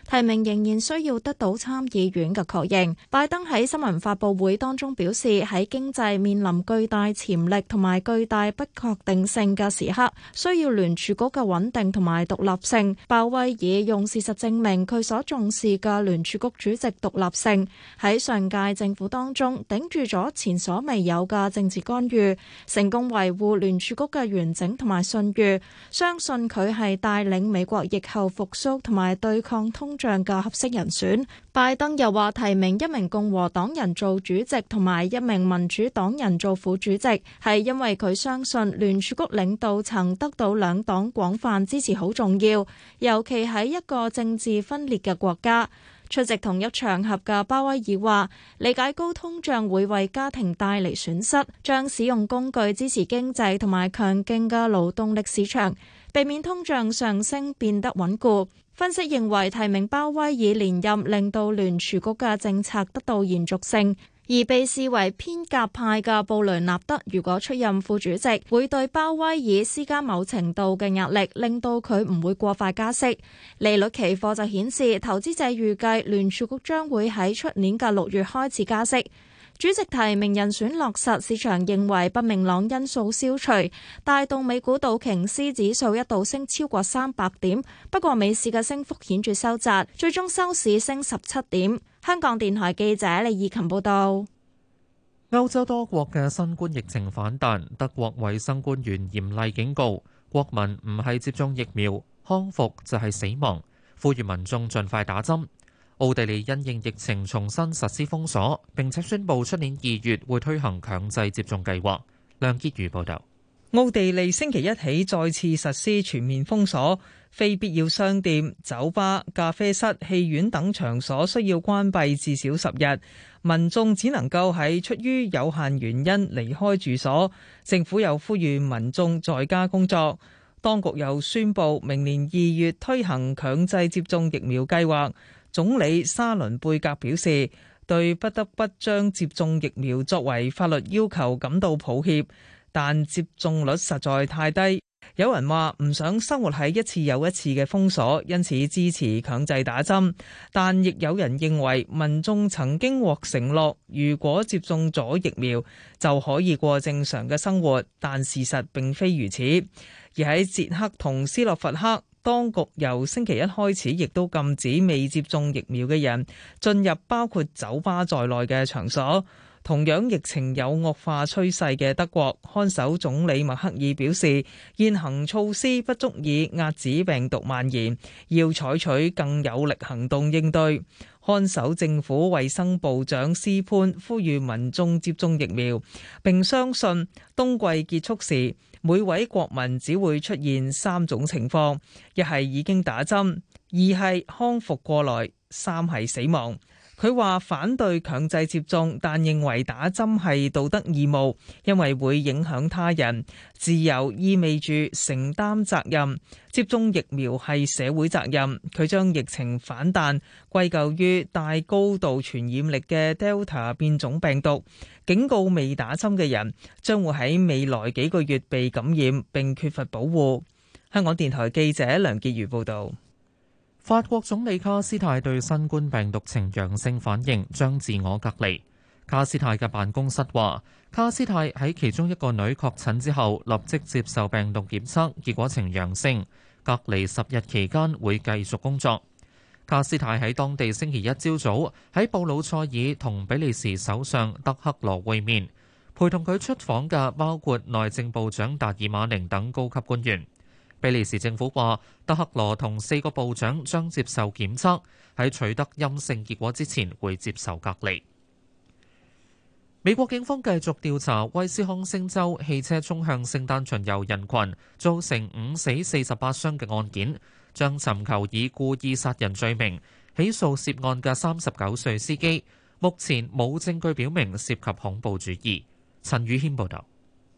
提名仍然需要得到參議院嘅確認。拜登喺新聞發佈會當中表示，喺經濟面臨巨大潛力同埋巨大不確定性嘅時刻，需要聯儲局嘅穩定同埋獨立性。鮑威爾用事實證明佢所重視嘅聯儲局主席獨立性，喺上屆政府當中頂住咗前所未有嘅政治干預，成功維護聯儲局嘅完整同埋信譽。相信佢係帶領美國疫後復甦同埋對抗通脹嘅合適人選。拜登又話提名一名共和黨人做主席同埋一名民主黨人做副主席，係因為佢相信聯儲局領導層得到兩黨廣泛支持好重要，尤其喺一個政治分裂嘅國家。出席同一場合嘅鮑威爾話，理解高通脹會為家庭帶嚟損失，將使用工具支持經濟同埋強勁嘅勞動力市場，避免通脹上升變得穩固。分析認為，提名鮑威爾連任令到聯儲局嘅政策得到延續性，而被視為偏鴿派嘅布雷納德如果出任副主席，會對鮑威爾施加某程度嘅壓力，令到佢唔會過快加息。利率期貨就顯示，投資者預計聯儲局將會喺出年嘅六月開始加息。主席提名人選落實，市場認為不明朗因素消除，帶動美股道瓊斯指數一度升超過三百點，不過美市嘅升幅顯著收窄，最終收市升十七點。香港電台記者李義琴報道。 歐洲多國嘅新冠疫情反彈，德國衛生官員嚴厲警告，國民唔係接種疫苗，康復就係死亡，呼籲民眾盡快打針。奧地利因應疫情重新實施封鎖，並且宣布出年二月會推行強制接種計劃。梁潔如報導。 奧地利星期一起再次實施全面封鎖，非必要商店、酒吧、咖啡室、戲院等場所需要關閉至少十日，民眾只能夠喺出於有限原因離開住所。政府又呼籲民眾在家工作。當局又宣布明年二月推行強制接種疫苗計劃。總理沙倫貝格表示，對不得不將接種疫苗作為法律要求感到抱歉，但接種率實在太低。有人話唔想生活喺一次又一次嘅封鎖，因此支持強制打針，但亦有人認為民眾曾經獲承諾，如果接種咗疫苗就可以過正常嘅生活，但事實並非如此。而喺捷克同斯洛伐克，當局由星期一開始，亦都禁止未接種疫苗嘅人進入包括酒吧在內嘅場所。同樣疫情有惡化趨勢嘅德國，看守總理默克爾表示，現行措施不足以壓止病毒蔓延，要採取更有力行動應對。看守政府衛生部長斯潘呼籲民眾接種疫苗，並相信冬季結束時，每位國民只會出現三種情況：一係已經打針，二係康復過來，三係死亡。佢話反對強制接種，但認為打針係道德義務，因為會影響他人。自由意味住承擔責任，接種疫苗係社會責任。佢將疫情反彈歸咎於帶高度傳染力嘅 Delta 變種病毒，警告未打針嘅人將會喺未來幾個月被感染並缺乏保護。香港電台記者梁潔如報導。 法國總理卡斯泰對新冠病毒呈陽性反應，將自我隔離。卡斯泰嘅辦公室話，卡斯泰喺其中一個女確診之後，立即接受病毒檢測，結果呈陽性，隔離十日期間會繼續工作。卡斯泰喺當地星期一朝早喺布魯塞爾同比利時首相德克羅會面，陪同佢出訪嘅包括內政部長達爾馬寧等高級官員。比利時政府話，德克羅同四個部長將接受檢測，喺取得陰性結果之前會接受隔離。美國警方繼續調查威斯康星州汽車衝向聖誕巡遊人群，造成五死四十八傷嘅案件，將尋求以故意殺人罪名起訴涉案嘅三十九歲司機。目前冇證據表明涉及恐怖主義。陳宇軒報導。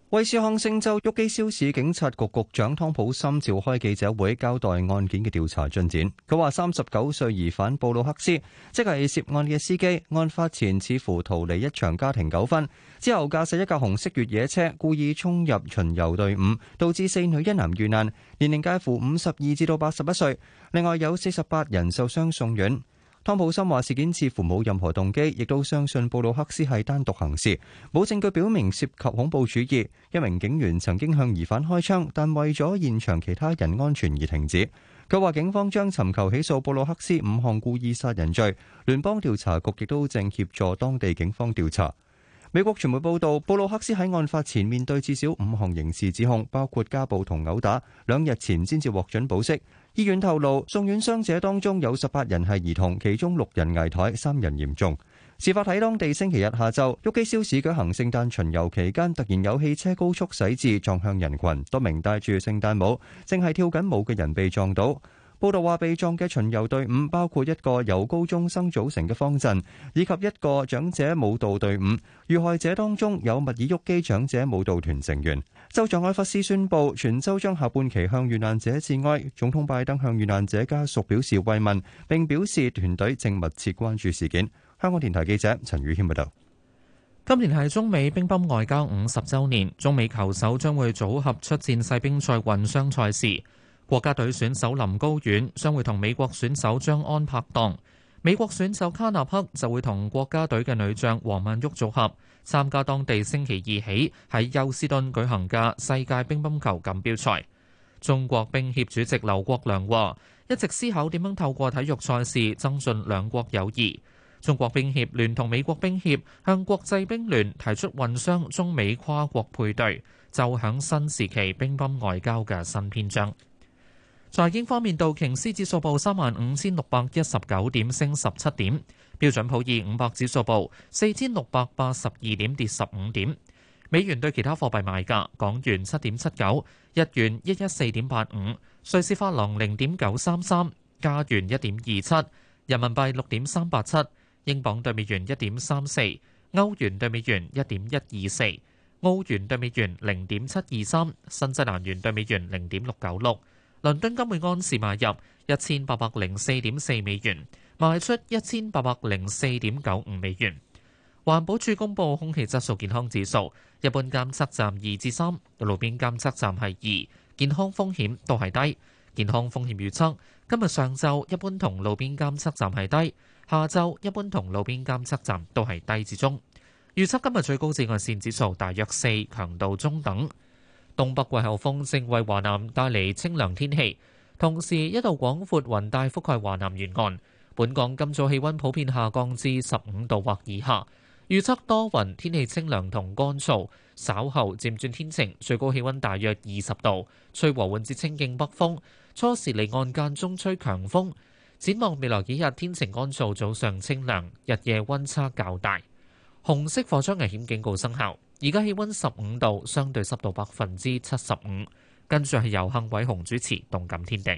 威斯康星州沃基肖市警察局局長湯普森召開記者會，交代案件嘅調查進展。佢話三十九歲疑犯布魯克斯，即係涉案嘅司機，案發前似乎逃離一場家庭糾紛，之後駕駛一架紅色越野車故意衝入巡遊隊伍，導致四女一男遇難，年齡介乎五十二至到八十一歲，另外有四十八人受傷送院。湯普森話事件似乎冇任何動機，亦都相信布魯克斯係單獨行事，冇證據表明涉及恐怖主義。一名警員曾經向疑犯開槍，但為咗現場其他人安全而停止。佢話警方將尋求起訴布魯克斯五項故意殺人罪，聯邦調查局亦都正協助當地警方調查。美國傳媒報道，布魯克斯喺案發前面對至少五項刑事指控，包括家暴同毆打，兩日前先至獲准保釋。醫院透露，送院傷者當中有十八人係兒童，其中六人危殆，三人嚴重。事發喺當地星期日下晝，沃基肖市舉行聖誕巡遊期間，突然有汽車高速駛至撞向人群，多名戴住聖誕帽正係跳緊舞嘅人被撞倒。報道話，被撞嘅巡遊隊伍包括一個由高中生組成嘅方陣，以及一個長者舞蹈隊伍。遇害者當中有密爾沃基長者舞蹈團成員。州長埃弗斯宣布，全州將下半旗向遇難者致哀。總統拜登向遇難者家屬表示慰問，並表示團隊正密切關注事件。香港電台記者陳宇軒報道。 今年係中美乒乓外交五十週年，中美球手將會組合出戰世乒賽混雙賽事。國家隊選手林高遠將會同美國選手張安拍檔，美國選手卡納克就會同國家隊嘅女將黃曼玉組合參加當地星期二起喺休斯頓舉行嘅世界乒乓球錦標賽。中國乒協主席劉國梁話：一直思考點樣透過體育賽事增進兩國友誼。中國乒協聯同美國乒協向國際乒聯提出混雙中美跨國配對，奏響新時期乒乓外交嘅新篇章。財經方面，道瓊斯指數報三萬五千六百一十九點，升十七點；標準普爾五百指數報四千六百八十二點，跌十五點。美元對其他貨幣賣價：港元七點七九，日元一一四點八五，瑞士法郎零點九三三，加元一點二七，人民幣六點三八七，英鎊對美元一點三四，歐元對美元一點一二四，澳元對美元零點七二三，新西蘭元對美元零點六九六。倫敦金每安士買入一千八百零四點四美元，賣出一千八百零四點九五美元。環保署公布空氣質素健康指數，一般監測站二至三，路邊監測站係二，健康風險都係低。健康風險預測今日上晝一般同路邊監測站係低，下晝一般同路邊監測站都係低至中。預測今日最高紫外線指數大約四，強度中等。東北季候風正為華南帶嚟清涼天氣，同時一道廣闊雲帶覆蓋華南沿岸。本港今早氣溫普遍下降至十五度或以下，預測多雲，天氣清涼同乾燥，稍後漸轉天晴，最高氣溫大約二十度，吹和緩至清勁北風，初時離岸間中吹強風。展望未來幾日天晴乾燥，早上清涼，日夜溫差較大。紅色火災危險警告生效。而家氣溫十五度，相對濕度百分之七十五。跟住係由幸偉雄主持《動感天地》。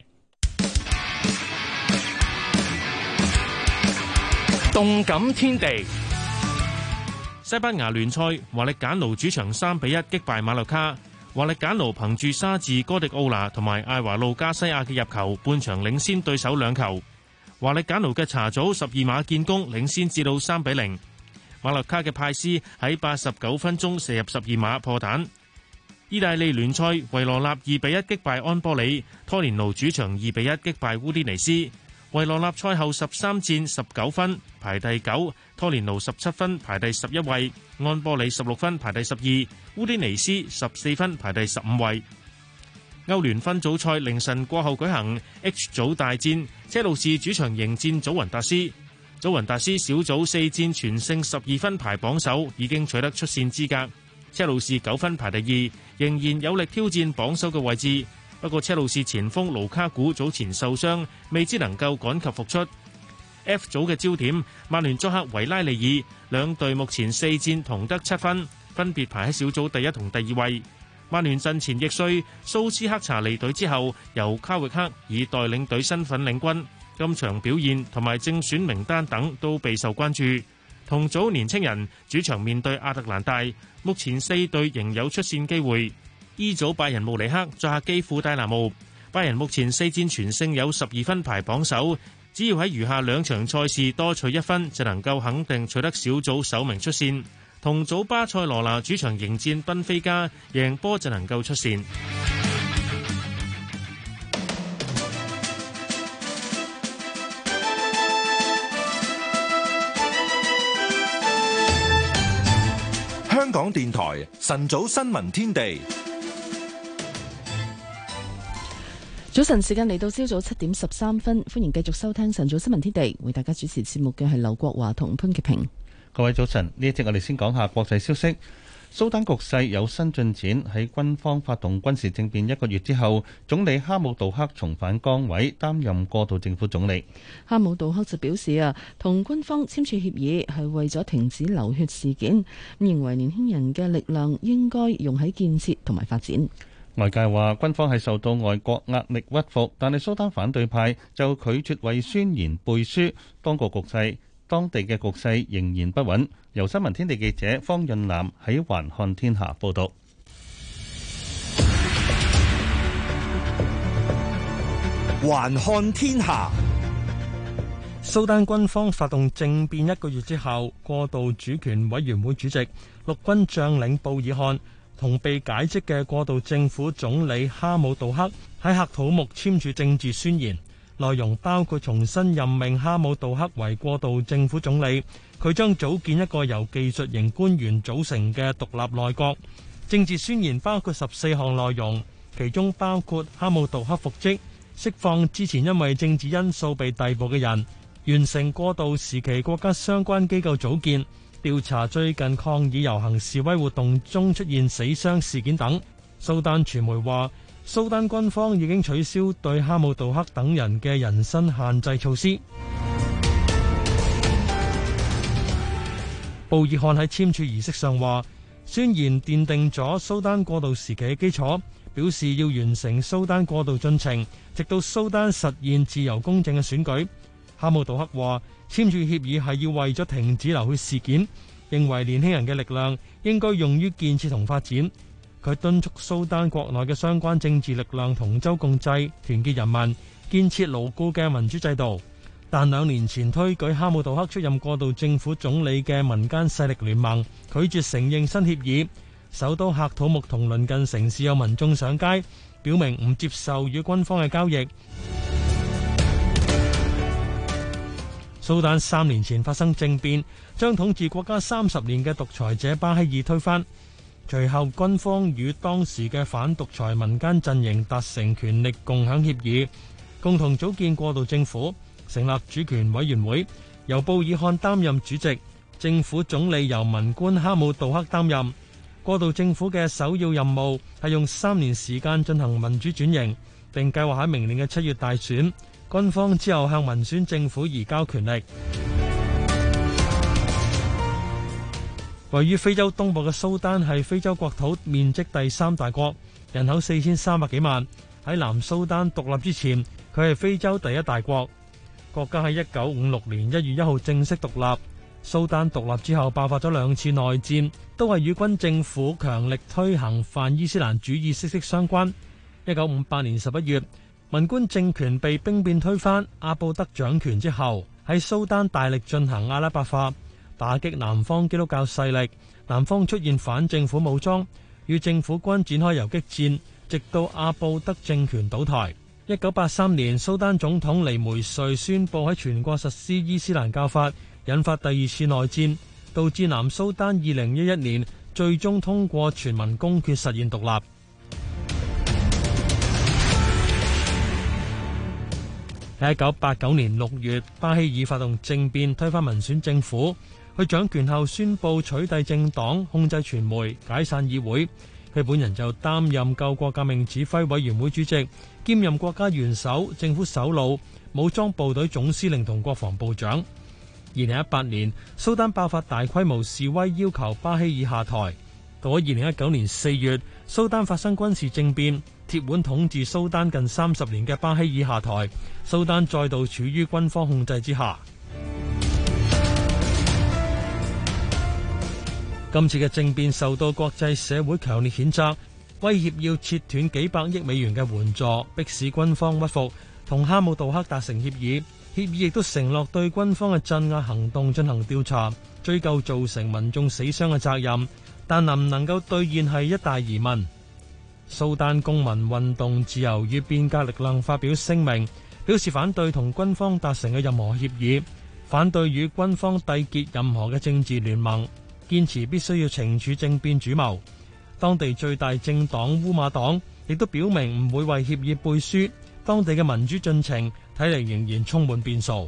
動感天地，西班牙聯賽，華力簡奴主場三比一擊敗馬洛卡。華力簡奴憑住沙治、哥迪奧拿同埋艾華路加西亞嘅入球，半場領先對手兩球。華力簡奴嘅查祖十二碼建功，領先至到三比零。馬洛卡嘅派斯喺八十九分鐘射入十二碼破蛋。意大利聯賽，維羅納二比一擊敗安波里，拖連奴主場二比一擊敗烏迪尼斯。維羅納賽後十三戰十九分排第九，拖連奴十七分排第十一位，安波里十六分排第十二，烏迪尼斯十四分排第十五位。歐聯分組賽凌晨過後舉行 H 組大戰，車路士主場迎戰祖雲達斯。祖雲達斯小組四戰全勝十二分排榜首，已經取得出線資格。車路士九分排第二，仍然有力挑戰榜首嘅位置。不過車路士前鋒盧卡古早前受傷，未知能夠趕及復出。F 組嘅焦點，曼聯作客維拉利爾，兩隊目前四戰同得七分，分別排喺小組第一同第二位。曼聯陣前易帥蘇斯克查離隊之後，由卡域克以帶領隊身份領軍。今場表現同埋正選名單等都備受關注。 同組年青人主場面對亞特蘭大，目前四隊仍有出線機會。E 組拜仁慕尼黑作客基輔戴拿模，拜仁目前四戰全勝，有十二分排榜首。只要喺餘下兩場賽事多取一分，就能夠肯定取得小組首名出線。同組巴塞羅那主場迎戰賓菲加，贏波就能夠出線。 香港電台晨早新聞天地。 早晨時間嚟到朝早七點十三分，歡迎繼續收聽晨早新聞天地，為大家主持節目嘅係劉國華同潘潔平。 各位早晨，呢一節我哋先講下國際消息。蘇丹局勢有新進展，喺軍方發動軍事政變一個月之後，總理哈姆杜克重返崗位，擔任過渡政府總理。 哈姆杜克就表示啊，同軍方簽署協議係為咗停止流血事件，認為年輕人嘅力量應該用喺建設同埋發展。 外界話軍方係受到外國壓力屈服，但係蘇丹反對派就拒絕為宣言背書，當個局勢當地嘅局勢仍然不穩。由新聞天地記者方潤南喺環看天下報道。 環看天下，蘇丹軍方發動政變一個月之後，過渡主權委員會主席陸軍將領布爾漢同被解職嘅過渡政府總理哈姆杜克喺喀土穆簽署政治宣言，內容包括重新任命哈姆杜克為過渡政府總理，佢將組建一個由技術型官員組成嘅獨立內閣。政治宣言包括十四項內容，其中包括哈姆杜克復職、釋放之前因為政治因素被逮捕嘅人、完成過渡時期國家相關機構組建、調查最近抗議遊行示威活動中出現死傷事件等。蘇丹傳媒話，蘇丹軍方已經取消對哈姆杜克等人嘅人身限制措施。布爾漢喺簽署儀式上話，宣言奠定咗蘇丹過渡時期嘅基礎，表示要完成蘇丹過渡進程，直到蘇丹實現自由公正嘅選舉。哈姆杜克話，簽署協議係要為咗停止流血事件，認為年輕人嘅力量應該用於建設同發展。佢敦促蘇丹國內嘅相關政治力量同舟共濟，團結人民，建設牢固嘅民主制度。但兩年前推舉哈姆杜克出任過渡政府總理嘅民間勢力聯盟拒絕承認新協議，首都喀土穆同鄰近城市有民眾上街，表明唔接受與軍方嘅交易。蘇丹三年前發生政變，將統治國家三十年嘅獨裁者巴希爾推翻。隨後軍方與當時嘅反獨裁民間陣營達成權力共享協議，共同組建過渡政府，成立主權委員會，由布爾漢擔任主席，政府總理由文官哈姆杜克擔任。過渡政府嘅首要任務係用三年時間進行民主轉型，並計劃喺明年嘅七月大選。軍方之後向民選政府移交權力。位於非洲東部嘅蘇丹係非洲國土面積第三大國，人口四千三百幾萬。喺南蘇丹獨立之前，佢係非洲第一大國。國家喺一九五六年一月一號正式獨立。蘇丹獨立之後爆發咗兩次內戰，都係與軍政府強力推行泛伊斯蘭主義息息相關。一九五八年十一月，民官政權被兵變推翻，阿布德掌權之後，喺蘇丹大力進行阿拉伯化，打擊南方基督教勢力。南方出現反政府武裝，與政府軍展開游擊戰，直到阿布德政權倒台。一九八三年，蘇丹總統尼梅瑞宣布喺全國實施伊斯蘭教法，引發第二次內戰，導致南蘇丹二零一一年最終通過全民公決實現獨立。喺一九八九年六月，巴希爾發動政變，推翻民選政府。佢掌權後宣布取締政黨、控制傳媒、解散議會。佢本人就擔任救國革命指揮委員會主席，兼任國家元首、政府首腦、武裝部隊總司令同國防部長。二零一八年，蘇丹爆發大規模示威，要求巴希爾下台。到咗二零一九年四月，蘇丹發生軍事政變，鐵腕統治蘇丹近三十年嘅巴希爾下台，蘇丹再度處於軍方控制之下。 今次嘅政變受到國際社會強烈譴責，威脅要切斷幾百億美元嘅援助，迫使軍方屈服，同哈姆杜克達成協議。協議亦都承諾對軍方嘅鎮壓行動進行調查，追究造成民眾死傷嘅責任，但能唔能夠兌現係一大疑問。蘇丹公民運動自由與變革力量發表聲明，表示反對同軍方達成嘅任何協議，反對與軍方締結任何嘅政治聯盟，堅持必須要懲處政變主謀。當地最大政黨烏馬黨亦都表明唔會為協議背書，當地嘅民主進程睇嚟仍然充滿變數。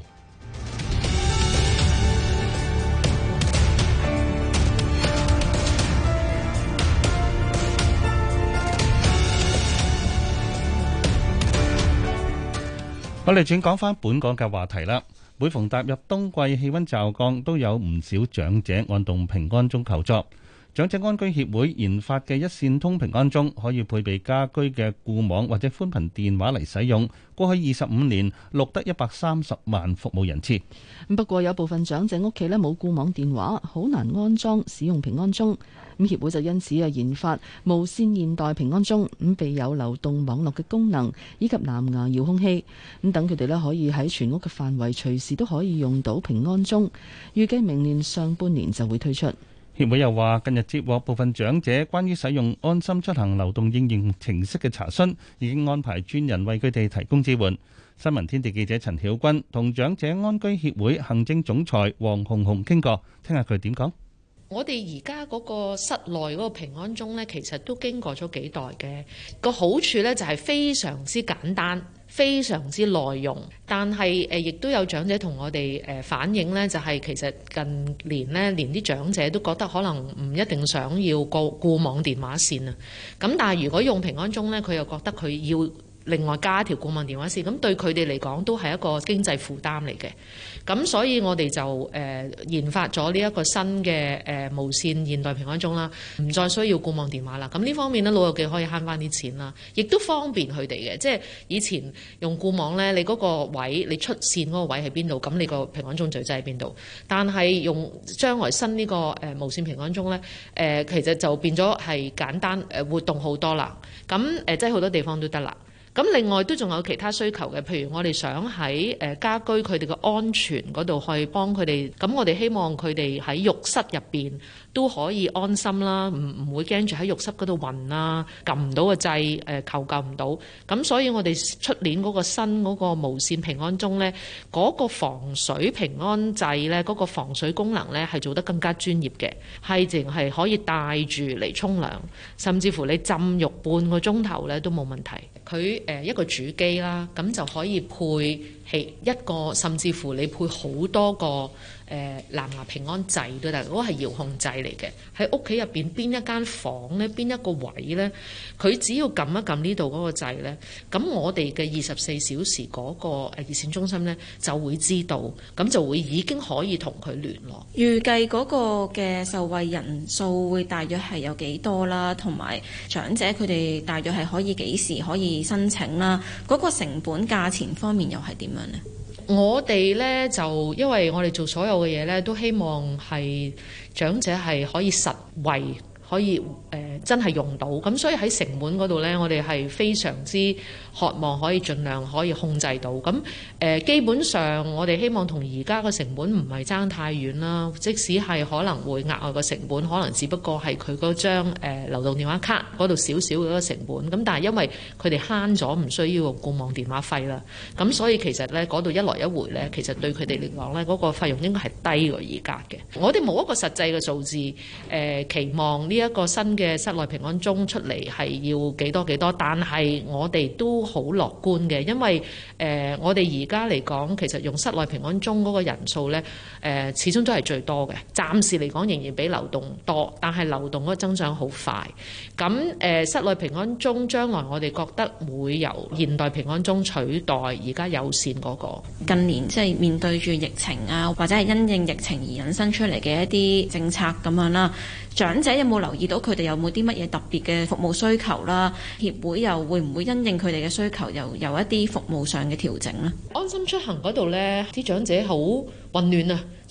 我哋轉講翻本港嘅話題啦。每逢踏入冬季，氣溫驟降，都有唔少長者按動平安鐘求助。長者安居協會研發嘅一線通平安鐘可以配備家居嘅固網或者寬頻電話嚟使用。過去二十五年錄得一百三十萬服務人次。 不過有部分長者屋企咧冇固網電話，好難安裝使用平安鐘。咁協會就因此啊研發無線現代平安鐘，咁備有流動網絡嘅功能以及藍牙遙控器，咁等佢哋咧可以喺全屋嘅範圍隨時都可以用到平安鐘。預計明年上半年就會推出。 協會又話，近日接獲部分長者關於使用安心出行流動應用程式嘅查詢，已經安排專人為佢哋提供支援。新聞天地記者陳曉君同長者安居協會行政總裁黃紅紅傾過，聽下佢點講。 我哋而家嗰個室內嗰個平安鐘呢，其實都經過咗幾代嘅。個好處呢，就係非常之簡單，非常之耐用。但係誒，亦都有長者同我哋誒反映呢，就係其實近年呢，連啲長者都覺得可能唔一定想要個固網電話線啊。咁但係如果用平安鐘呢，佢又覺得佢要另外加一條固網電話線，咁對佢哋嚟講都係一個經濟負擔嚟嘅。咁所以我哋就誒、呃、研發咗呢一個新嘅誒、呃、無線現代平安鐘啦，唔再需要固網電話啦。咁呢方面呢，老友記可以慳翻啲錢啦，亦都方便佢哋嘅。即係以前用固網呢，你嗰個位，你出線嗰個位喺邊度，咁你個平安鐘就擠喺邊度。但係用將來新呢、這個誒、呃、無線平安鐘呢，誒、呃、其實就變咗係簡單誒、呃、活動好多啦。咁誒即係好多地方都得啦。咁另外都仲有其他需求嘅，譬如我哋想喺誒家居佢哋嘅安全嗰度去幫佢哋，咁我哋希望佢哋喺浴室入邊都可以安心啦，唔唔會驚住喺浴室嗰度暈啦，撳唔到個掣，誒求救唔到。咁所以我哋出年嗰個新嗰個無線平安鐘呢，嗰個防水平安掣呢，嗰個防水功能呢係做得更加專業嘅，係淨係可以帶住嚟沖涼，甚至乎你浸浴半個鐘頭呢都冇問題。佢誒一個主機啦，咁就可以配係一個，甚至乎你配好多個誒藍牙平安掣都得，嗰個係遙控掣嚟嘅。喺屋企入邊邊一間房咧，邊一個位咧，佢只要撳一撳呢度嗰個掣咧，咁我哋嘅二十四小時嗰個誒熱線中心咧就會知道，咁就會已經可以同佢聯絡。 預計嗰個嘅受惠人數會大約係有幾多啦？同埋長者佢哋大約係可以幾時可以申請啦？嗰個成本價錢方面又係點樣呢？ 我哋呢，就因為我哋做所有嘅嘢呢，都希望係長者係可以實惠，可以誒、呃、真係用到。咁所以喺成本嗰度呢，我哋係非常之渴望可以盡量可以控制到。咁誒、呃、基本上我哋希望同而家嘅成本唔係爭太遠啦。即使係可能會額外嘅成本，可能只不過係佢嗰張誒、呃、流動電話卡嗰度少少嘅一個成本。咁但係因為佢哋慳咗唔需要用固網電話費啦，咁所以其實呢嗰度一來一回呢，其實對佢哋嚟講呢，嗰、嗰個費用應該係低過而家嘅。我哋冇一個實際嘅數字誒、呃、期望呢一個新嘅室內平安鐘出嚟係要幾多幾多，但係我哋都好樂觀嘅，因為誒、呃、我哋而家嚟講，其實用室內平安鐘嗰個人數呢，誒、呃、始終都係最多嘅。暫時嚟講仍然比流動多，但係流動嗰個增長好快。咁誒、呃、室內平安鐘將來我哋覺得會由現代平安鐘取代而家有線嗰個。 近年即係面對住疫情啊，或者係因應疫情而引申出嚟嘅一啲政策咁樣啦。長者有冇留意到佢哋有冇啲乜嘢特別嘅服務需求啦？協會又會唔會因應佢哋嘅需求，又有一啲服務上嘅調整呢？ 安心出行嗰度呢，啲長者好混亂啊！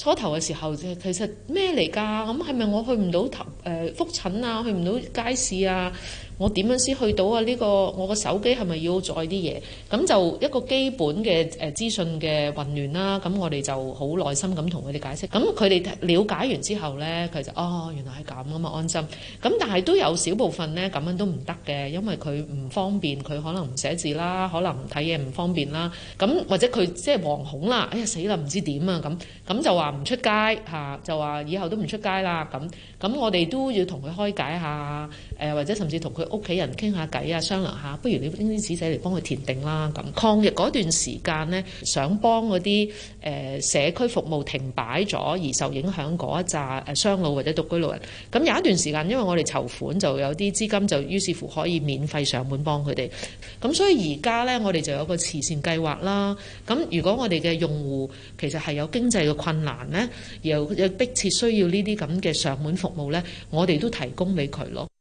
初頭嘅時候，其實咩嚟㗎？咁係咪我去唔到頭誒覆診啊？去唔到街市啊？我點樣先去到啊？呢、這個我個手機係咪要載啲嘢？咁就一個基本嘅誒資訊嘅混亂啦。咁我哋就好耐心咁同佢哋解釋。咁佢哋了解完之後呢，佢就哦原來係咁啊嘛，安心。咁但係都有少部分呢，咁樣都唔得嘅，因為佢唔方便，佢可能唔寫字啦，可能睇嘢唔方便啦。咁或者佢即係惶恐啦，哎呀死啦，唔知點啊咁。咁就話唔出街嚇，就話以後都唔出街啦咁。咁我哋都要同佢開解下，誒或者甚至同佢屋企人傾下偈啊，商量下，不如你拎啲紙仔嚟幫佢填定啦咁。抗疫嗰段時間呢，想幫嗰啲誒社區服務停擺咗而受影響嗰一紮誒雙老或者獨居老人，咁有一段時間因為我哋籌款就有啲資金，就於是乎可以免費上門幫佢哋。咁所以而家呢，我哋就有個慈善計劃啦。咁如果我哋嘅用戶其實係有經濟嘅困難呢，又有迫切需要呢啲咁嘅上門服務呢，我哋都提供俾佢咯。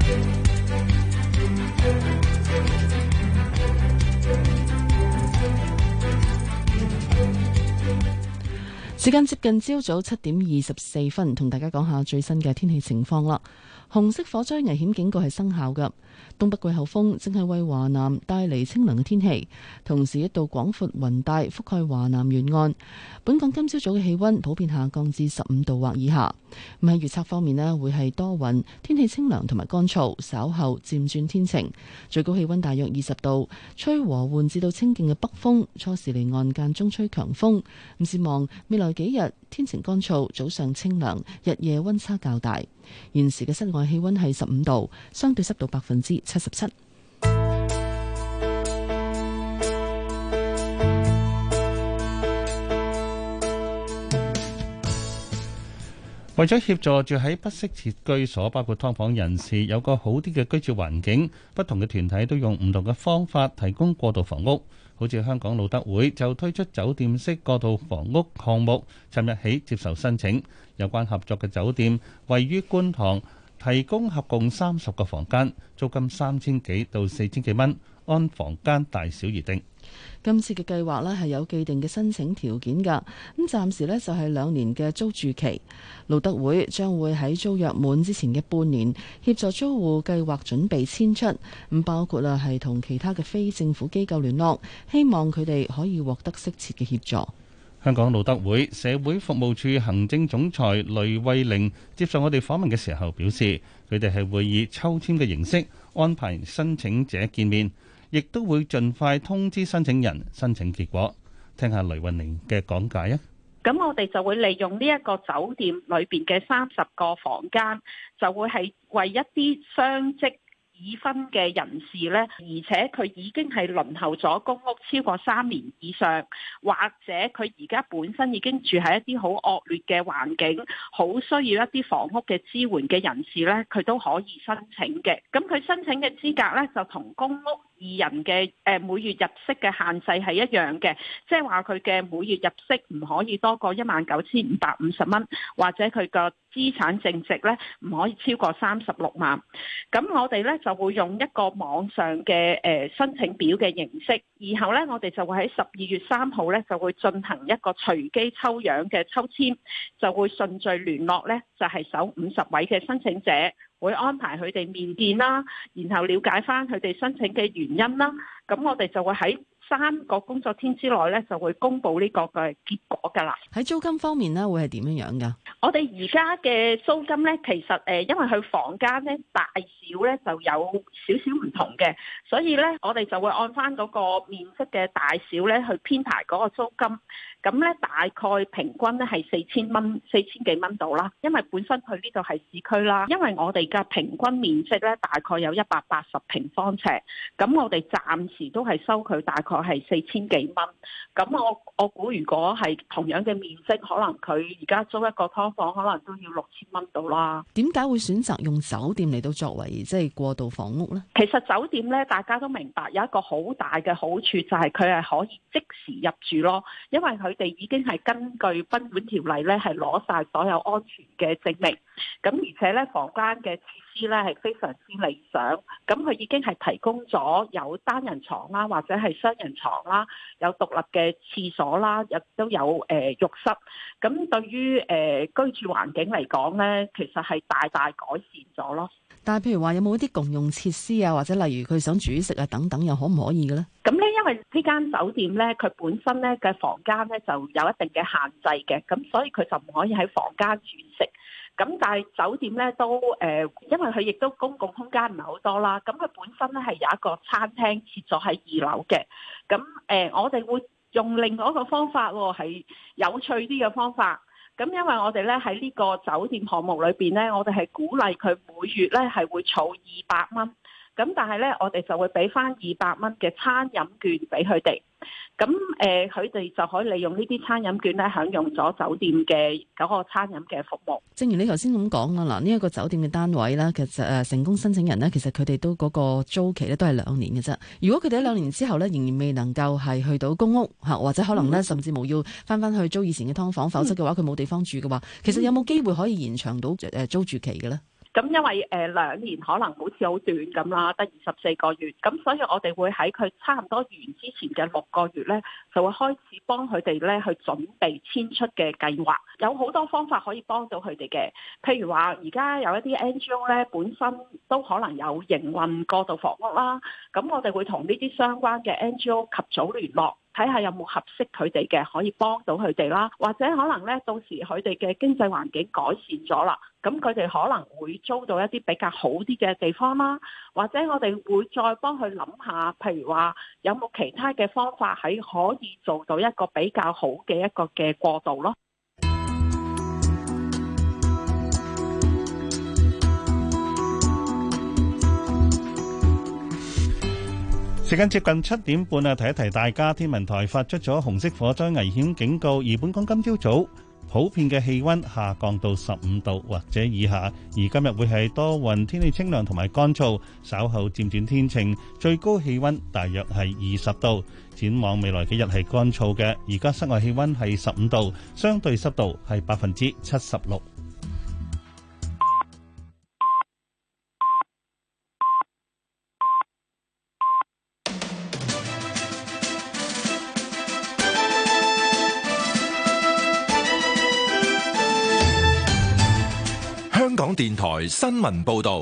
時間接近朝早七點二十四分，同大家講下最新嘅天氣情況啦。紅色火災危險警告係生效嘅，東北季候風正係為華南帶嚟清涼嘅天氣，同時一道廣闊雲帶覆蓋華南沿岸。本港今朝早嘅氣溫普遍下降至十五度或以下。咁喺預測方面咧，會係多雲，天氣清涼同埋乾燥，稍後漸轉天晴，最高氣溫大約二十度，吹和緩至到清勁嘅北風，初時離岸間中吹強風。咁展望未來幾日天晴乾燥，早上清涼，日夜溫差較大。現時嘅室外氣溫係十五度，相對濕度百分之七十七。 為咗協助住喺不適切居所，包括劏房人士有個好啲嘅居住環境，不同嘅團體都用唔同嘅方法提供過渡房屋。好似香港路德會就推出酒店式過渡房屋項目，尋日起接受申請。有關合作嘅酒店位於觀塘，提供合共三十個房間，租金三千幾到四千幾蚊，按房間大小而定。 今次嘅計劃呢係有既定嘅申請條件㗎，咁暫時呢就係兩年嘅租住期。路德會將會喺租約滿之前嘅半年協助租戶計劃準備遷出，咁包括啊係同其他嘅非政府機構聯絡，希望佢哋可以獲得適切嘅協助。 香港路德會社會服務處行政總裁雷慧玲接受我哋訪問嘅時候表示，佢哋係會以抽籤嘅形式安排申請者見面，亦都會盡快通知申請人申請結果。聽下雷慧玲嘅講解啊！ 咁我哋就會利用呢一個酒店裏邊嘅三十個房間，就會係為一啲雙職已婚嘅人士呢，而且佢已經係輪候咗公屋超過三年以上，或者佢而家本身已經住喺一啲好惡劣嘅環境，好需要一啲房屋嘅支援嘅人士呢，佢都可以申請嘅。咁佢申請嘅資格呢，就同公屋二人嘅誒每月入息嘅限制係一樣嘅，即係話佢嘅每月入息唔可以多過一萬九千五百五十蚊，或者佢個資產淨值呢唔可以超過三十六萬。咁我哋呢就會用一個網上嘅誒申請表嘅形式，然後呢我哋就會喺十二月三號呢就會進行一個隨機抽樣嘅抽籤，就會順序聯絡呢就係首五十位嘅申請者。會安排佢哋面見啦，然後了解翻佢哋申請嘅原因啦。咁我哋就會喺三個工作天之內咧，就會公布呢個嘅結果噶啦。 喺租金方面咧，會係點樣樣噶？ 我哋而家嘅租金咧，其實誒，因為佢房間咧大小咧就有少少唔同嘅，所以咧我哋就會按翻嗰個面積嘅大小咧去編排嗰個租金。咁咧大概平均咧係四千蚊、四千幾蚊度啦。因為本身佢呢度係市區啦，因為我哋嘅平均面積咧大概有一百八十平方尺，咁我哋暫時都係收佢大概係四千幾蚊。咁我我估如果係同樣嘅面積，可能佢而家租一個劏房可能都要六千蚊度啦。 點解會選擇用酒店嚟到作為即係過渡房屋呢？ 其實酒店咧，大家都明白有一個好大嘅好處，就係佢係可以即時入住咯，因為佢哋已經係根據賓館條例咧係攞晒所有安全嘅證明， 咁而且咧房間嘅設施咧係非常之理想，咁佢已經係提供咗有單人床啦，或者係雙人床啦，有獨立嘅廁所啦，亦都有誒、呃、浴室。咁對於誒、呃、居住環境嚟講咧，其實係大大改善咗咯。 但係譬如話有冇一啲共用設施啊，或者例如佢想煮食啊等等，又可唔可以嘅咧？ 咁咧，因為呢間酒店咧，佢本身咧嘅房間咧就有一定嘅限制嘅，咁所以佢就唔可以喺房間煮食。咁但係酒店咧都誒、呃，因為佢亦都公共空間唔係好多啦，咁佢本身咧係有一個餐廳設咗喺二樓嘅。咁誒、呃，我哋會用另外一個方法喎，係有趣啲嘅方法。咁因為我哋咧喺呢個酒店項目裏邊咧，我哋係鼓勵佢每月咧係會儲二百蚊，咁但係咧我哋就會俾翻二百蚊嘅餐飲券俾佢哋。咁誒，佢哋就可以利用呢啲餐飲券咧，享用咗酒店嘅嗰個餐飲嘅服務。 正如你頭先咁講啦，嗱，呢一個酒店嘅單位咧，其實誒成功申請人咧，其實佢哋都嗰個租期咧都係兩年嘅啫。如果佢哋喺兩年之後咧，仍然未能夠係去到公屋嚇，或者可能咧甚至冇要翻翻去租以前嘅劏房，否則嘅話佢冇地方住嘅話，其實有冇機會可以延長到誒租住期嘅咧？ 咁因為誒兩年可能好似好短咁啦，得二十四個月，咁所以我哋會喺佢差唔多完之前嘅六個月咧，就會開始幫佢哋咧去準備遷出嘅計劃。有好多方法可以幫到佢哋嘅，譬如話而家有一啲 N G O 咧，本身都可能有營運過渡房屋啦，咁我哋會同呢啲相關嘅 N G O 及早聯絡。睇下有冇合適佢哋嘅可以幫到佢哋啦，或者可能咧到時佢哋嘅經濟環境改善咗啦，咁佢哋可能會租到一啲比較好啲嘅地方啦，或者我哋會再幫佢諗下，譬如話有冇其他嘅方法喺可以做到一個比較好嘅一個嘅過渡咯。 時間接近七點半啊，提一提大家，天文台發出咗紅色火災危險警告，而本港今朝早普遍嘅氣溫下降到十五度或者以下，而今日會係多雲，天氣清涼同埋乾燥，稍後漸轉天晴，最高氣溫大約係二十度。展望未來幾日係乾燥嘅，而家室外氣溫係十五度，相對濕度係百分之七十六。 香港電台新聞報道，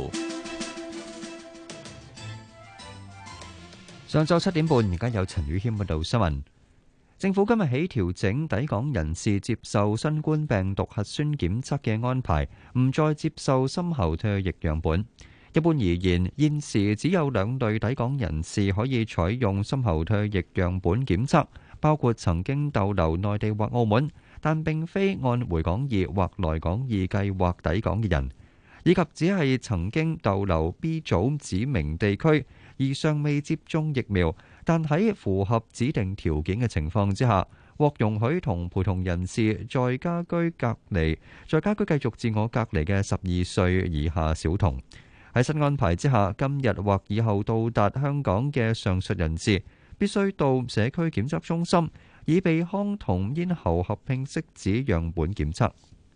上晝七點半，而家有陳宇謙報道新聞。政府今日起調整抵港人士接受新冠病毒核酸檢測嘅安排，唔再接受深喉唾液樣本。一般而言，現時只有兩類抵港人士可以採用深喉唾液樣本檢測，包括曾經逗留內地或澳門，但並非按回港易或來港易計劃抵港嘅人，以及只係曾經逗留 B 組指明地區而尚未接種疫苗，但喺符合指定條件嘅情況之下，獲容許同陪同人士在家居隔離，在家居繼續自我隔離嘅十二歲以下小童。喺新安排之下，今日或以後到達香港嘅上述人士，必須到社區檢測中心以鼻腔同咽喉合併拭子樣本檢測。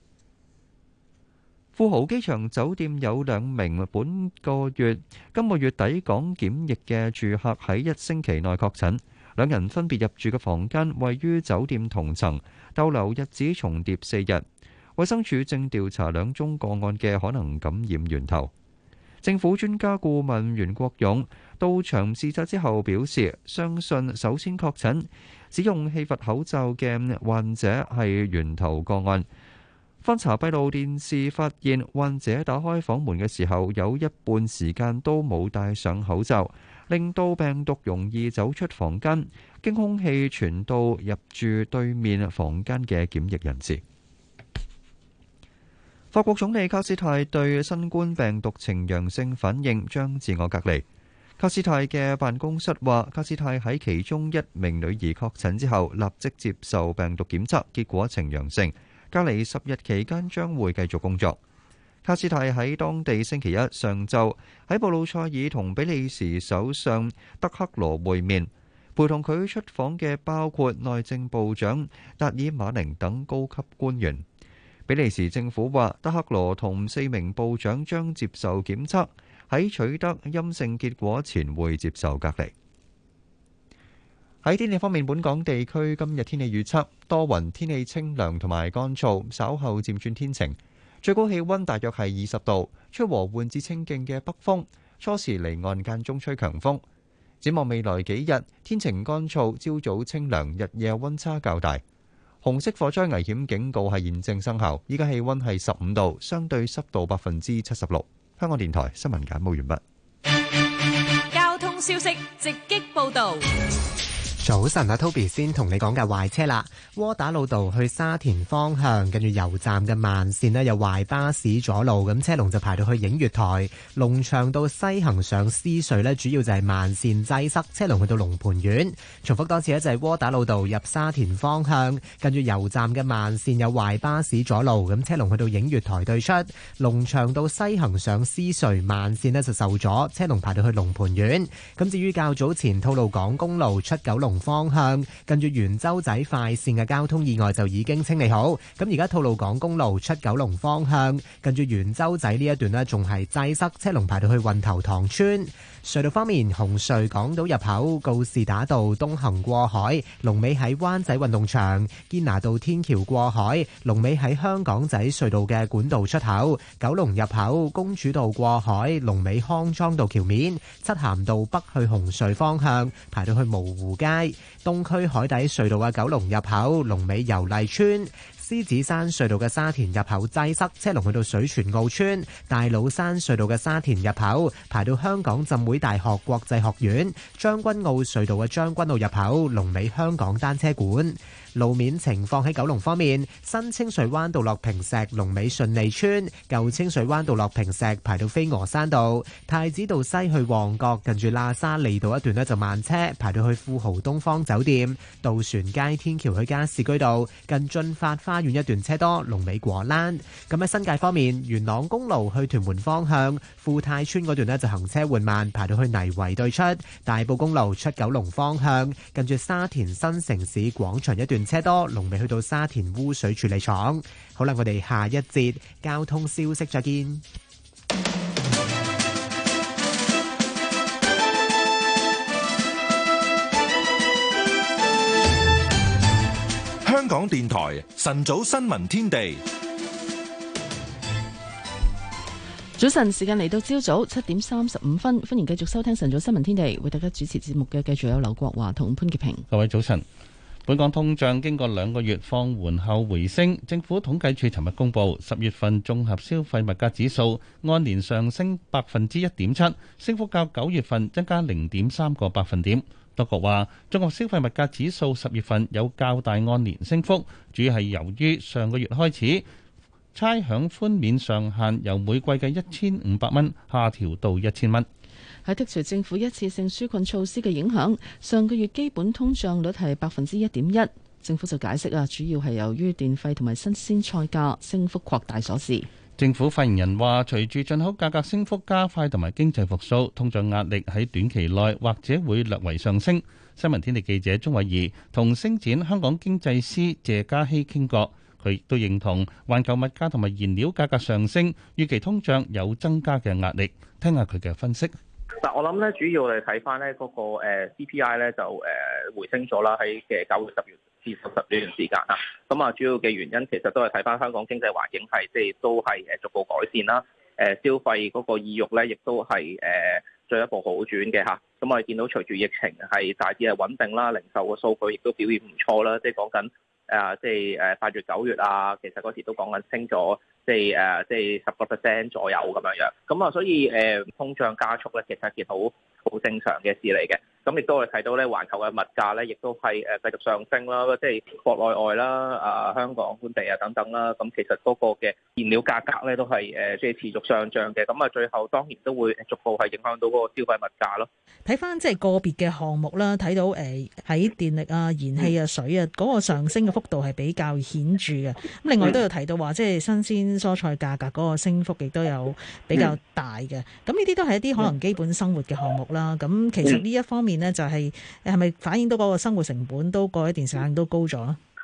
富豪機場酒店有兩名本個月今個月抵港檢疫嘅住客喺一星期內確診，兩人分別入住嘅房間位於酒店同層，逗留日子重疊四日。衛生署正調查兩宗個案嘅可能感染源頭。政府專家顧問袁國勇到場視察之後表示，相信首先確診使用氣閥口罩嘅患者係源頭個案。翻查閉路電視發現，患者打開房門嘅時候有一半時間都冇戴上口罩，令到病毒容易走出房間，經空氣傳到入住對面房間嘅檢疫人士。法國總理卡斯泰對新冠病毒呈陽性反應，將自我隔離。卡斯泰嘅辦公室話，卡斯泰喺其中一名女兒確診之後，立即接受病毒檢測，結果呈陽性。隔離十日期間將會繼續工作。卡斯泰喺當地星期一上晝喺布魯塞爾同比利時首相德克羅會面，陪同佢出訪嘅包括內政部長達爾馬寧等高級官員。 比利時政府話，德克羅同四名部長將接受檢測，喺取得陰性結果前會接受隔離。喺天氣方面，本港地區今日天氣預測多雲，天氣清涼同埋乾燥，稍後漸轉天晴，最高氣溫大約係二十度，吹和緩至清勁嘅北風，初時離岸間中吹強風。展望未來幾日，天晴乾燥，朝早清涼，日夜溫差較大。紅色火災危險警告係現正生效，依家氣溫係十五度，相對濕度百分之七十六。香港電台新聞簡報完畢。 交通消息直擊報導。 早晨啊 ，Toby 先同你講嘅壞車啦。窩打老道去沙田方向，跟住油站嘅慢線呢，有壞巴士阻路，咁車龍就排到去映月台。龍翔道西行上獅隧呢，主要就係慢線擠塞，車龍去到龍蟠苑。重複多次呢，就係窩打老道入沙田方向，跟住油站嘅慢線有壞巴士阻路，咁車龍去到映月台對出。龍翔道西行上獅隧慢線呢就受阻，車龍排到去龍蟠苑。咁至於較早前吐露港公路出九龍方向，近住圓洲仔快線嘅交通意外就已經清理好。咁而家吐露港公路出九龍方向，近住圓洲仔呢一段呢仲係擠塞，車龍排到去運頭塘村。隧道方面，紅隧港島入口告士打道東行過海，龍尾喺灣仔運動場；堅拿道天橋過海，龍尾喺香港仔隧道嘅管道出口；九龍入口公主道過海，龍尾康莊道橋面；漆咸道北去紅隧方向，排到去蕪湖街；東區海底隧道嘅九龍入口，龍尾油麗邨。獅子山隧道嘅沙田入口擠塞，車龍去到水泉澳村；大老山隧道嘅沙田入口排到香港浸會大學國際學院；將軍澳隧道嘅將軍澳入口龍尾香港單車館。路面情況喺九龍方面，新清水灣道落坪石龍尾順利村，舊清水灣道落坪石排到飛鵝山道，太子道西去旺角近住喇沙利道一段呢就慢車排到去富豪東方酒店，渡船街天橋去加士居道近駿發花園一段車多，龍尾果欄。咁喺新界方面，元朗公路去屯門方向富泰村嗰段呢就行車緩慢，排到去泥圍對出，大埔公路出九龍方向近住沙田新城市廣場一段車多，龍尾去到沙田污水處理廠。好啦，我哋下一節交通消息再見。 香港電台晨早新聞天地。 早晨，時間嚟到朝早七點三十五分，歡迎繼續收聽晨早新聞天地，為大家主持節目嘅繼續有劉國華同潘潔平。 各位早晨。本港通脹經過兩個月放緩後回升，政府統計處尋日公布十月份綜合消費物價指數按年上升百分之一點七，升幅較九月份增加零點三個百分點。當局話，綜合消費物價指數十月份有較大按年升幅，主要係由於上個月開始差餉寬免上限由每季嘅一千五百蚊下調到一千蚊。 喺剔除政府一次性紓困措施嘅影響，上個月基本通脹率係百分之一點一。政府就解釋啊，主要係由於電費同埋新鮮菜價升幅擴大所致。 政府發言人話，隨住進口價格升幅加快同埋經濟復甦，通脹壓力喺短期內或者會略為上升。新聞天地記者鍾偉儀同星展香港經濟師謝嘉熙傾過，佢亦都認同環球物價同埋燃料價格上升，預期通脹有增加嘅壓力。聽下佢嘅分析。 嗱，我諗咧，主要嚟睇翻咧嗰個誒 C P I 咧就誒回升咗啦，喺嘅九月、十月至十十呢段時間啊。咁啊，主要嘅原因其實都係睇翻香港經濟環境係即係都係誒逐步改善啦。誒消費嗰個意欲咧，亦都係誒進一步好轉嘅嚇。咁我哋見到隨住疫情係大致係穩定啦，零售嘅數據亦都表現唔錯啦。即係講緊誒，即係誒八月、九月啊，其實嗰時都講緊升咗。即係誒，即係十個 percent 左右咁樣樣，咁啊，所以誒通脹加速咧，其實係件好好正常嘅事嚟嘅。咁亦都我哋睇到咧，環球嘅物價咧，亦都係誒繼續上升啦，即係國內外啦、啊香港本地啊等等啦。咁其實嗰個嘅燃料價格咧都係誒即係持續上漲嘅。咁啊，最後當然都會逐步係影響到嗰個消費物價咯。 睇翻即係個別嘅項目啦，睇到誒喺電力啊、燃氣啊、水啊嗰個上升嘅幅度係比較顯著嘅。咁另外都有提到話，即係新鮮蔬菜價格嗰個升幅亦都有比較大嘅。咁呢啲都係一啲可能基本生活嘅項目啦。咁其實呢一方面呢，就係係咪反映到嗰個生活成本都過一段時間都高咗咧？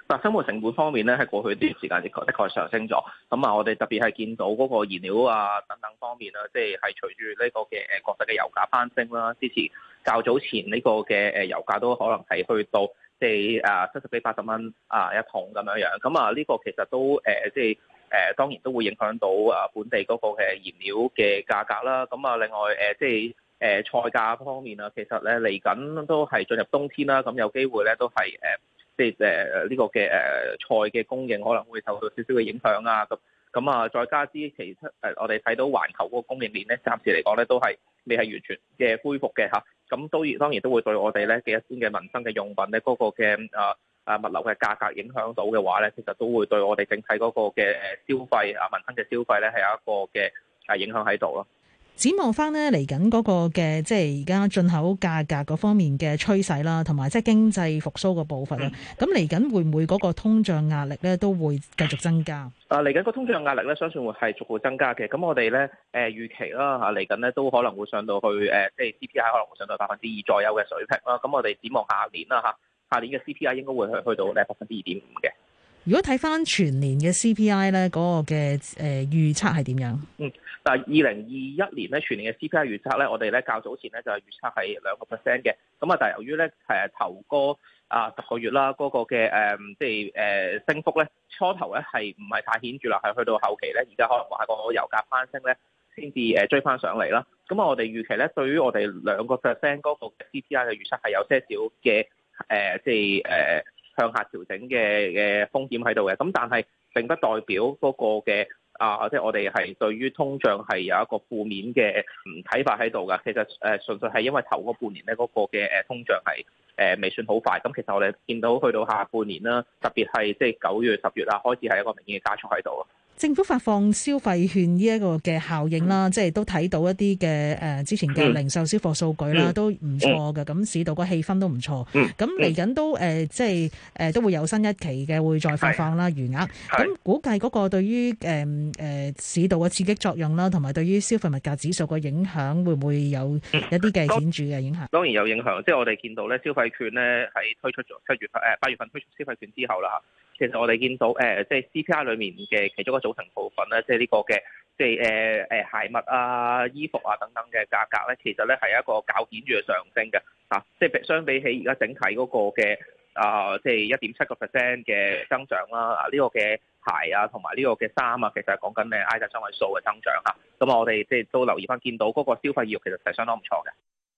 嗱，生活成本方面咧，喺過去一段時間的確的確上升咗。咁啊，我哋特別係見到嗰個燃料啊等等方面啦，即係係隨住呢個嘅誒國際嘅油價攀升啦，之前較早前呢個嘅誒油價都可能係去到即係啊七十幾八十蚊啊一桶咁樣樣。咁啊，呢個其實都誒即係誒當然都會影響到啊本地嗰個嘅燃料嘅價格啦。咁啊，另外誒即係。誒、呃、菜價方面啊，其實咧嚟緊都係進入冬天啦，咁有機會咧都係誒，即係誒呢個嘅誒、呃、菜嘅供應可能會受到少少嘅影響啊，咁咁啊，再加之其實誒、呃，我哋睇到環球嗰個供應鏈咧，暫時嚟講咧都係未係完全嘅恢復嘅嚇，咁都當然都會對我哋咧嘅一般嘅民生嘅用品咧嗰、那個嘅啊啊物流嘅價格影響到嘅話咧，其實都會對我哋整體嗰個嘅消費啊民生嘅消費咧係有一個嘅啊影響喺度咯。 展望翻呢嚟緊嗰個嘅即係而家進口價格嗰方面嘅趨勢啦，同埋即係經濟復甦嘅步伐啦。咁嚟緊會唔會嗰個通脹壓力咧都會繼續增加？ 啊，嚟緊個通脹壓力咧，相信會係逐步增加嘅。咁我哋咧誒預期啦嚇，嚟緊咧都可能會上到去誒，即係 C P I 可能會上到百分之二左右嘅水平啦。咁我哋展望下年啦嚇，下年嘅 C P I 應該會去去到咧百分之二點五嘅。 如果睇翻全年嘅 C P I 咧，嗰個嘅誒預測係點樣？ 嗯，但係二零二一年咧全年嘅 C P I 預測咧，我哋咧較早前咧就係預測係兩個 percent 嘅。咁啊，但係由於咧誒頭嗰啊十個月啦，嗰、嗰個嘅誒即係誒升幅咧，初頭咧係唔係太顯著啦，係去到後期咧，而家可能話個油價攀升咧，先至誒追翻上嚟啦。咁啊，我哋預期咧，對於我哋兩個 percent 嗰個 C P I 嘅預測係有些少嘅誒，即係誒。向下調整嘅嘅風險喺度嘅，咁但係並不代表嗰個嘅啊，即係我哋係對於通脹係有一個負面嘅唔睇法喺度㗎。其實誒純粹係因為頭嗰半年咧嗰個嘅誒通脹係誒未算好快，咁其實我哋見到去到下半年啦，特別係即係九月、十月啊，開始係一個明顯嘅加速喺度咯。 政府發放消費券呢一個嘅效應啦，嗯、即係都睇到一啲嘅誒之前嘅零售銷貨數據啦，嗯、都唔錯嘅。咁、嗯、市道個氣氛都唔錯。咁嚟緊都誒、呃，即係誒、呃、都會有新一期嘅會再發放啦餘額。咁估計嗰個對於誒誒、呃、市道嘅刺激作用啦，同埋對於消費物價指數嘅影響，會唔會有一啲嘅顯著嘅影響？ 當然有影響，即係我哋見到咧消費券咧喺推出咗七月份誒八月份推出消費券之後啦。其實我哋見到誒，即、呃、係 C P I 裏面嘅其中一個組成部分咧，即係呢個嘅，即係誒誒鞋襪啊、衣服啊等等嘅價格咧，其實咧係一個較顯著嘅上升嘅，啊，即係相比起而家整體嗰個嘅啊，即係一點七個 percent 嘅增長啦，啊呢個嘅鞋啊同埋呢個嘅衫啊，其實係講緊誒挨近雙位數嘅增長嚇，咁啊我哋即係都留意翻，見到嗰個消費意欲其實係相當唔錯嘅。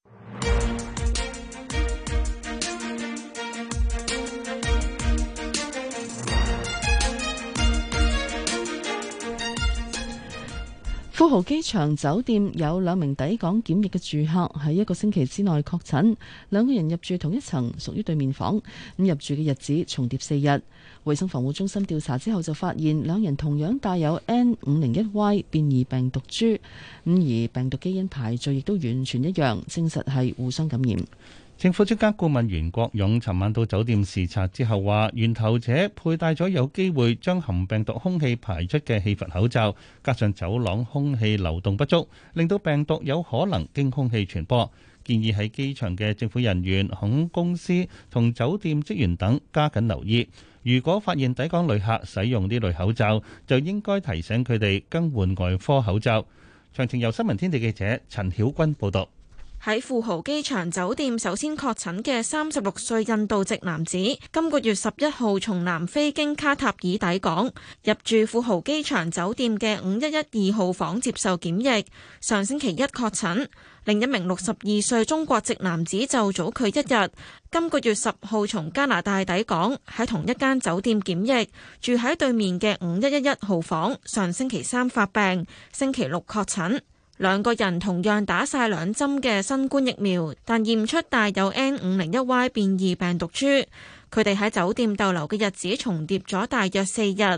富豪機場酒店有兩名抵港檢疫嘅住客喺一個星期之內確診，兩個人入住同一層，屬於對面房。咁入住嘅日子重疊四日。衛生防護中心調查之後就發現，兩人同樣帶有 N 五零一 Y 變異病毒株，咁而病毒基因排序亦都完全一樣，證實係互相感染。 政府專家顧問袁國勇尋晚到酒店視察之後話，源頭者佩戴咗有機會將含病毒空氣排出嘅氣閥口罩，加上走廊空氣流動不足，令到病毒有可能經空氣傳播。建議喺機場嘅政府人員、航空公司同酒店職員等加緊留意。如果發現抵港旅客使用呢類口罩，就應該提醒佢哋更換外科口罩。詳情由新聞天地記者陳曉君報導。 喺富豪機場酒店首先確診嘅三十六歲印度籍男子，今個月十一號從南非經卡塔爾抵港，入住富豪機場酒店嘅五一一二號房接受檢疫，上星期一確診。另一名六十二歲中國籍男子就早佢一日，今個月十號從加拿大抵港，喺同一間酒店檢疫，住喺對面嘅五一一一號房，上星期三發病，星期六確診。兩個人同樣打晒兩針嘅新冠疫苗，但驗出帶有 N 五零一 Y 變異病毒株。佢哋喺酒店逗留嘅日子重疊咗大約四日。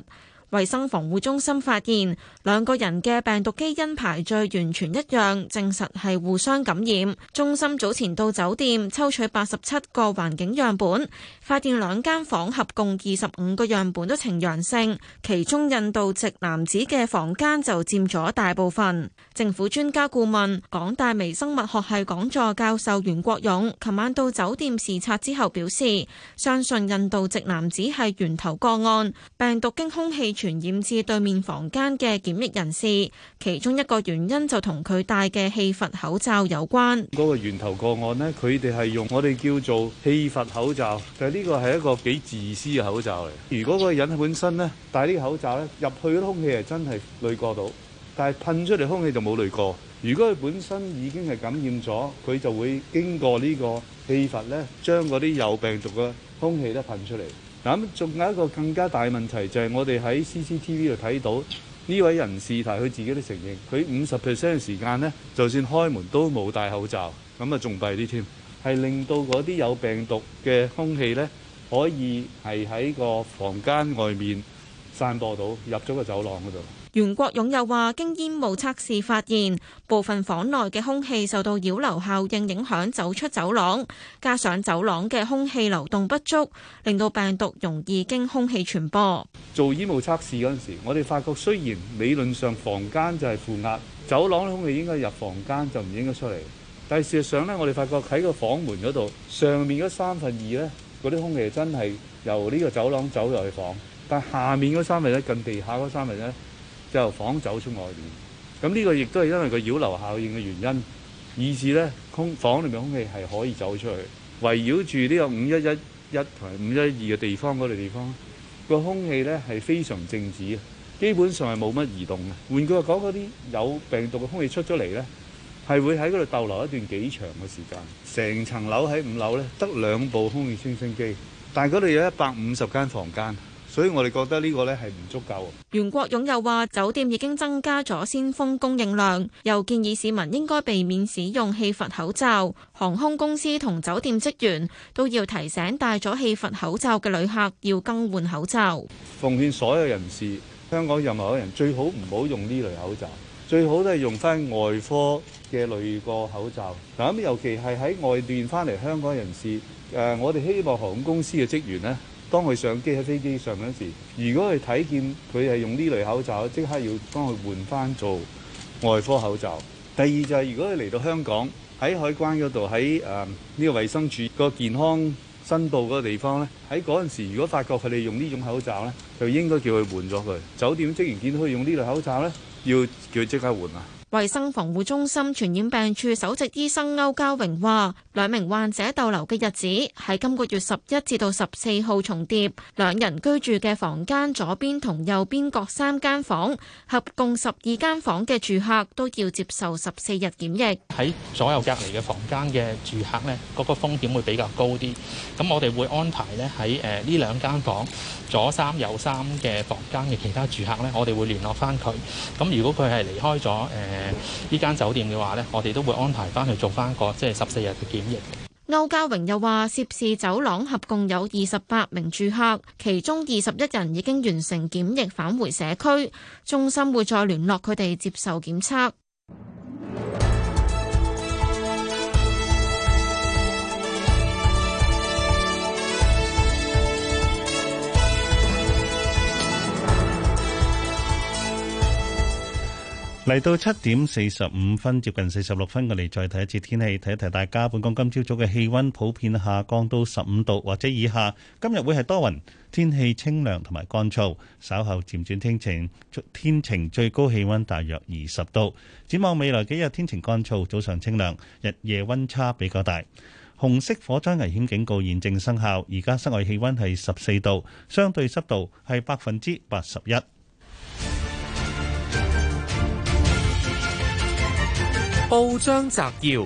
衛生防護中心發現兩個人嘅病毒基因排序完全一樣，證實係互相感染。中心早前到酒店抽取八十七個環境樣本，發現兩間房合共二十五個樣本都呈陽性，其中印度籍男子嘅房間就佔咗大部分。政府專家顧問、港大微生物學系講座教授袁國勇琴晚到酒店視察之後表示，相信印度籍男子係源頭個案，病毒經空氣傳染至對面房間嘅檢疫人士，其中一個原因就同佢戴嘅氣閥口罩有關。 嗰個源頭個案呢，佢哋係用我哋叫做氣閥口罩，但係呢個係一個幾自私嘅口罩嚟。如果嗰個人本身呢戴呢個口罩呢，入去嘅空氣係真係濾過到，但係噴出嚟空氣就冇濾過。如果佢本身已經係感染咗，佢就會經過呢個氣閥呢，將嗰啲有病毒嘅空氣咧噴出嚟。嗱，咁仲有一個更加大嘅問題，就係我哋喺 C C T V 度睇到呢位人士，但係佢自己都承認，佢五十 percent 嘅時間呢，就算開門都冇戴口罩，咁啊仲弊啲添，係令到嗰啲有病毒嘅空氣呢，可以係喺個房間外面散播到入咗個走廊嗰度。 袁國勇又話，經煙霧測試發現，部分房內嘅空氣受到擾流效應影響走出走廊，加上走廊嘅空氣流動不足，令到病毒容易經空氣傳播。 做煙霧測試嗰陣時，我哋發覺雖然理論上房間就係負壓，走廊嘅空氣應該入房間就唔應該出嚟，但係事實上呢，我哋發覺喺個房門嗰度上面嗰三分二呢，嗰啲空氣真係由呢個走廊走入去房，但下面嗰三分一近地下嗰三分一就由房走出外面，咁呢個亦都係因為個擾流效應嘅原因，以致呢空房裏面空氣係可以走出去，圍繞住呢個五一一一同埋五一二嘅地方嗰度地方，個空氣呢係非常靜止，基本上係冇乜移動嘅。換句話講，嗰啲有病毒嘅空氣出咗嚟呢，係會喺嗰度逗留一段幾長嘅時間。成層樓喺五樓呢，得兩部空氣清新機，但係嗰度有一百五十間房間。所以我哋覺得呢個呢係唔足夠。 袁國勇又話，酒店已經增加咗鮮風供應量，又建議市民應該避免使用氣閥口罩。航空公司同酒店職員都要提醒戴咗氣閥口罩嘅旅客要更換口罩。 奉勸所有人士，香港任何一個人最好唔好用呢類口罩，最好都係用翻外科嘅濾過口罩。嗱，咁尤其係喺外邊翻嚟香港人士，誒，我哋希望航空公司嘅職員呢，當佢上機喺飛機上嗰時，如果佢睇見佢係用呢類口罩，即刻要幫佢換翻做外科口罩。第二就係、是、如果佢嚟到香港喺海關嗰度，喺誒呢個衛生署個健康申報嗰個地方咧，喺嗰陣時如果發覺佢哋用呢種口罩咧，就應該叫佢換咗佢。酒店職員見到佢用呢類口罩咧，要叫佢即刻換啊！ 衛生防護中心傳染病處首席醫生歐家榮話，兩名患者逗留嘅日子喺今個月十一至到十四號重疊，兩人居住嘅房間左邊同右邊各三間房，合共十二間房嘅住客都要接受十四日檢疫。 喺左右隔離嘅房間嘅住客呢，嗰個風險會比較高啲。咁我哋會安排呢喺誒呢兩間房左三右三嘅房間嘅其他住客呢，我哋會聯絡翻佢。咁如果佢係離開咗誒，誒呢間酒店嘅話呢，我哋都會安排翻去做翻個即係十四日嘅檢疫。 歐家榮又話，涉事走廊合共有二十八名住客，其中二十一人已經完成檢疫返回社區，中心會再聯絡佢哋接受檢測。 嚟到七點四十五分，接近四十六分，我哋再睇一次天氣，提一提大家。本港今朝早嘅氣溫普遍下降到十五度或者以下。今日會係多雲，天氣清涼同埋乾燥，稍後漸轉天晴，天晴最高氣溫大約二十度。展望未來幾日天晴乾燥，早上清涼，日夜溫差比較大。紅色火災危險警告現正生效。而家室外氣溫係十四度，相對濕度係百分之八十一。 報章摘要：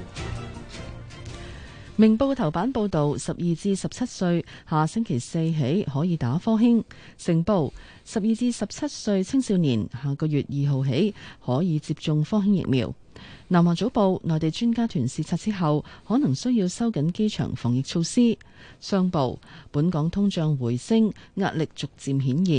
明報嘅頭版報道，十二至十七歲下星期四起可以打科興。成報，十二至十七歲青少年下個月二號起可以接種科興疫苗。南華早報，內地專家團視察之後，可能需要收緊機場防疫措施。商報，本港通脹回升，壓力逐漸顯現。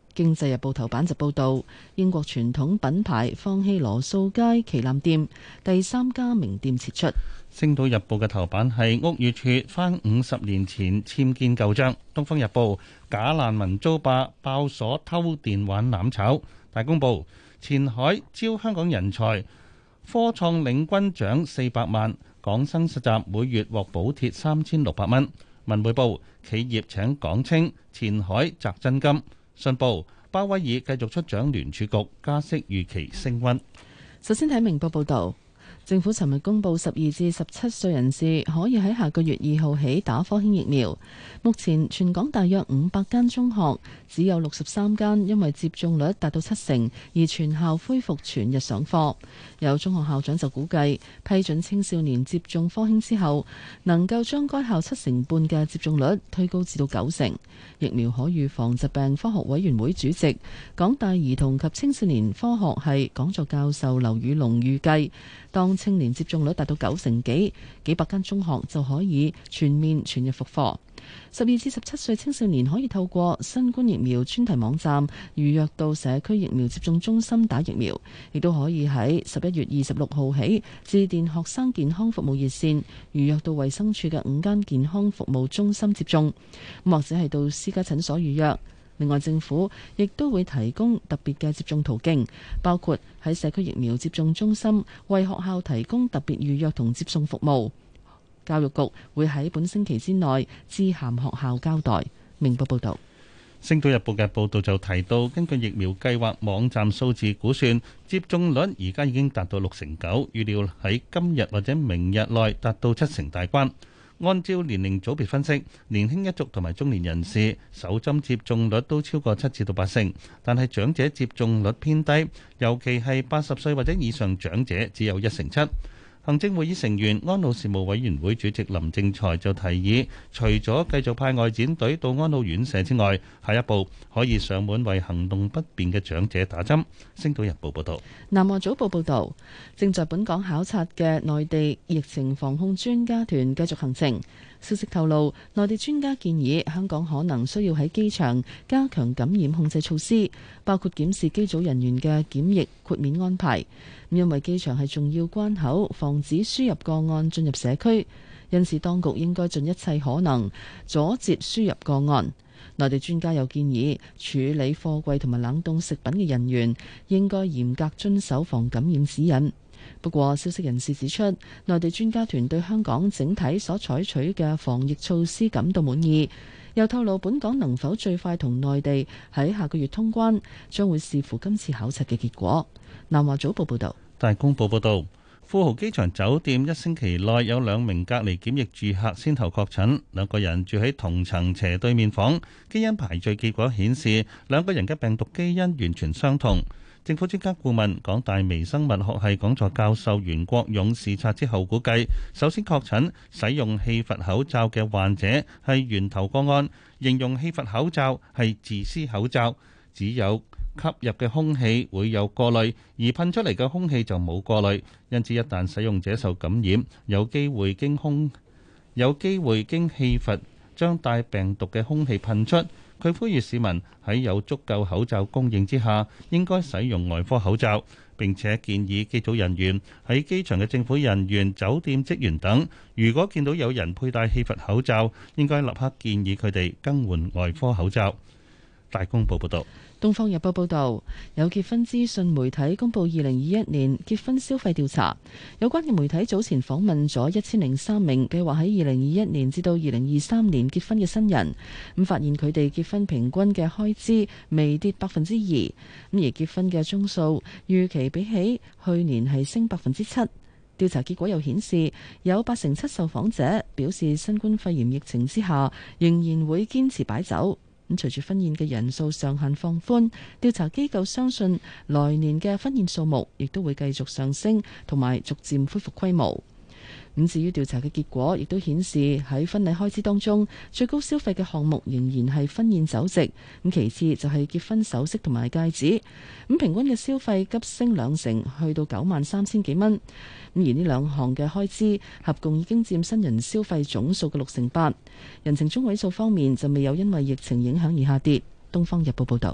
經濟日報頭版就報導，英國傳統品牌放棄羅素街旗艦店，第三家名店撤出。 星島日報嘅頭版係屋宇署翻五十年前僭建舊章。東方日報假難民租霸爆鎖偷電玩攬炒。大公報前海招香港人才，科創領軍獎四百萬，港生實習每月獲補貼三千六百蚊。文匯報企業請港青，前海摘真金。信報鮑威爾繼續出掌聯儲局，加息預期升溫。 首先睇明報報導。政府尋日公布，十二至十七歲人士可以喺下個月二號起打科興疫苗。目前全港大約五百間中學，只有六十三間因為接種率達到七成而全校恢復全日上課。有中學校長就估計，批准青少年接種科興之後，能夠將該校七成半嘅接種率推高至到九成。疫苗可預防疾病科學委員會主席、港大兒童及青少年科學系講座教授劉宇龍預計，當青年接種率達到九成幾，幾百間中學就可以全面全日復課。十二至十七歲青少年可以透過新冠疫苗專題網站預約到社區疫苗接種中心打疫苗，亦都可以喺十一月二十六號起致電學生健康服務熱線預約到衛生署嘅五間健康服務中心接種，或者係到私家診所預約。另外，政府亦都會提供特別嘅接種途徑，包括喺社區疫苗接種中心為學校提供特別預約同接送服務。教育局會喺本星期之內致函學校交代。明報報導。 《星島日報》嘅報導就提到，根據疫苗計劃網站數字估算，接種率而家已經達到六成九，預料喺今日或者明日內達到七成大關。按照年齡組別分析，年輕一族同埋中年人士首針接種率都超過七至到八成，但係長者接種率偏低，尤其係八十歲或者以上長者只有一成七。行政會議成員安老事務委員會主席林正財就提議，除咗繼續派外展隊到安老院舍之外，下一步可以上門為行動不便嘅長者打針。星島日報報道。 南華早報報道，正在本港考察嘅內地疫情防控專家團繼續行程。消息透露，內地專家建議香港可能需要喺機場加強感染控制措施，包括檢視機組人員嘅檢疫豁免安排。因為機場係重要關口，防止輸入個案進入社區，因此當局應該盡一切可能阻截輸入個案。內地專家又建議，處理貨櫃同埋冷凍食品嘅人員應該嚴格遵守防感染指引。不過，消息人士指出，內地專家團對香港整體所採取嘅防疫措施感到滿意，又透露本港能否最快同內地喺下個月通關，將會視乎今次考察嘅結果。南華早報報道。 大公報報道，富豪機場酒店一星期內有兩名隔離檢疫住客先後確診，兩個人住喺同層斜對面房，基因排序結果顯示兩個人嘅病毒基因完全相同。政府專家顧問、港大微生物學系講座教授袁國勇視察之後估計，首先確診使用氣閥口罩嘅患者係源頭個案，形容氣閥口罩係自私口罩，只有吸入嘅空氣會有過濾，而噴出嚟嘅空氣就冇過濾，因此一旦使用者受感染，有機會經空有機會經氣閥將帶病毒嘅空氣噴出。佢呼籲市民喺有足夠口罩供應之下，應該使用外科口罩。並且建議機組人員、喺機場嘅政府人員、酒店職員等，如果見到有人佩戴氣閥口罩，應該立刻建議佢哋更換外科口罩。大公報報道。 《東方日報》報導，有結婚資訊媒體公佈二零二一年結婚消費調查，有關嘅媒體早前訪問咗一千零三名計劃喺二零二一年至到二零二三年結婚嘅新人，咁發現佢哋結婚平均嘅開支微跌百分之二，咁而結婚嘅宗數預期比起去年係升百分之七。調查結果又顯示，有八成七受訪者表示新冠肺炎疫情之下仍然會堅持擺酒。咁隨住婚宴嘅人數上限放寬，調查機構相信來年嘅婚宴數目亦都會繼續上升，同埋逐漸恢復規模。咁至於調查嘅結果，亦都顯示喺婚禮開支當中，最高消費嘅項目仍然係婚宴酒席，咁其次就係結婚首飾同埋戒指。咁平均嘅消費急升兩成，去到九萬三千幾蚊。咁而呢兩項嘅開支合共已經佔新人消費總數嘅六成八。人情中位數方面就未有因為疫情影響而下跌。《東方日報》報導。